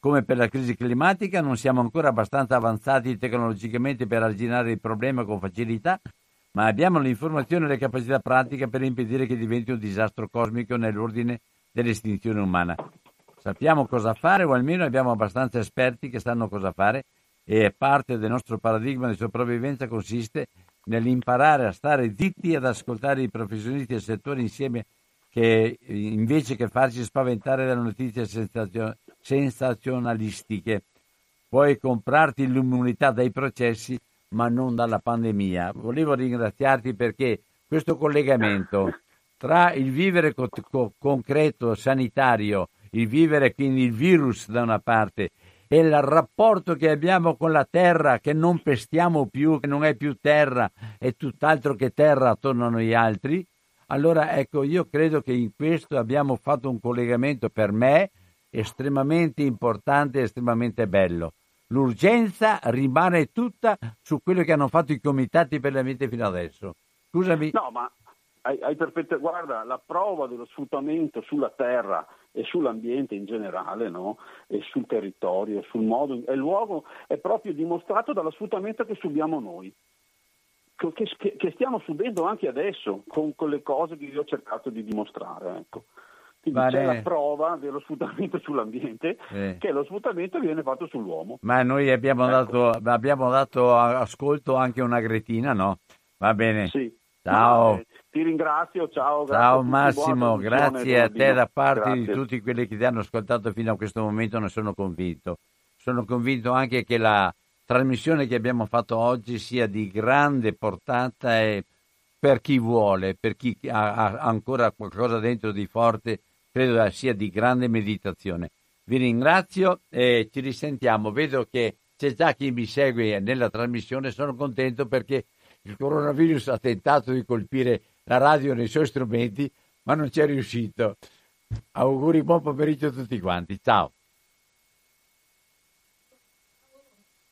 come per la crisi climatica, non siamo ancora abbastanza avanzati tecnologicamente per arginare il problema con facilità, ma abbiamo l'informazione e le capacità pratiche per impedire che diventi un disastro cosmico nell'ordine dell'estinzione umana. Sappiamo cosa fare, o almeno abbiamo abbastanza esperti che sanno cosa fare, e parte del nostro paradigma di sopravvivenza consiste nell'imparare a stare zitti e ad ascoltare i professionisti del settore insieme, che invece che farci spaventare dalle notizie sensazio- sensazionalistiche. Puoi comprarti l'immunità dai processi, ma non dalla pandemia. Volevo ringraziarti perché questo collegamento tra il vivere co- co- concreto, sanitario, il vivere quindi il virus da una parte, e il rapporto che abbiamo con la terra, che non pestiamo più, che non è più terra, è tutt'altro che terra attorno a noi altri. Allora ecco, io credo che in questo abbiamo fatto un collegamento per me estremamente importante e estremamente bello. L'urgenza rimane tutta su quello che hanno fatto i comitati per l'ambiente fino adesso. Scusami. No, ma hai, hai perfetto. Guarda, la prova dello sfruttamento sulla terra e sull'ambiente in generale, no? E sul territorio, sul modo, e il luogo è proprio dimostrato dallo sfruttamento che subiamo noi, che, che, che stiamo subendo anche adesso con, con le cose che io ho cercato di dimostrare, ecco. Quindi Vale. C'è la prova dello sfruttamento sull'ambiente, eh. che lo sfruttamento viene fatto sull'uomo. Ma noi abbiamo, ecco. dato, abbiamo dato ascolto anche a una gretina, no? Va bene. Sì. Ciao. Ma, eh, ti ringrazio, ciao. Grazie Ciao a tutti, Massimo, buona trasmissione, grazie a te Bernardino. da parte Grazie. di tutti quelli che ti hanno ascoltato fino a questo momento, ne sono convinto. Sono convinto anche che la trasmissione che abbiamo fatto oggi sia di grande portata, e per chi vuole, per chi ha, ha ancora qualcosa dentro di forte, credo sia di grande meditazione. Vi ringrazio e ci risentiamo. Vedo che c'è già chi mi segue nella trasmissione, sono contento perché il coronavirus ha tentato di colpire la radio nei suoi strumenti, ma non ci è riuscito. Auguri, buon pomeriggio a tutti quanti. Ciao.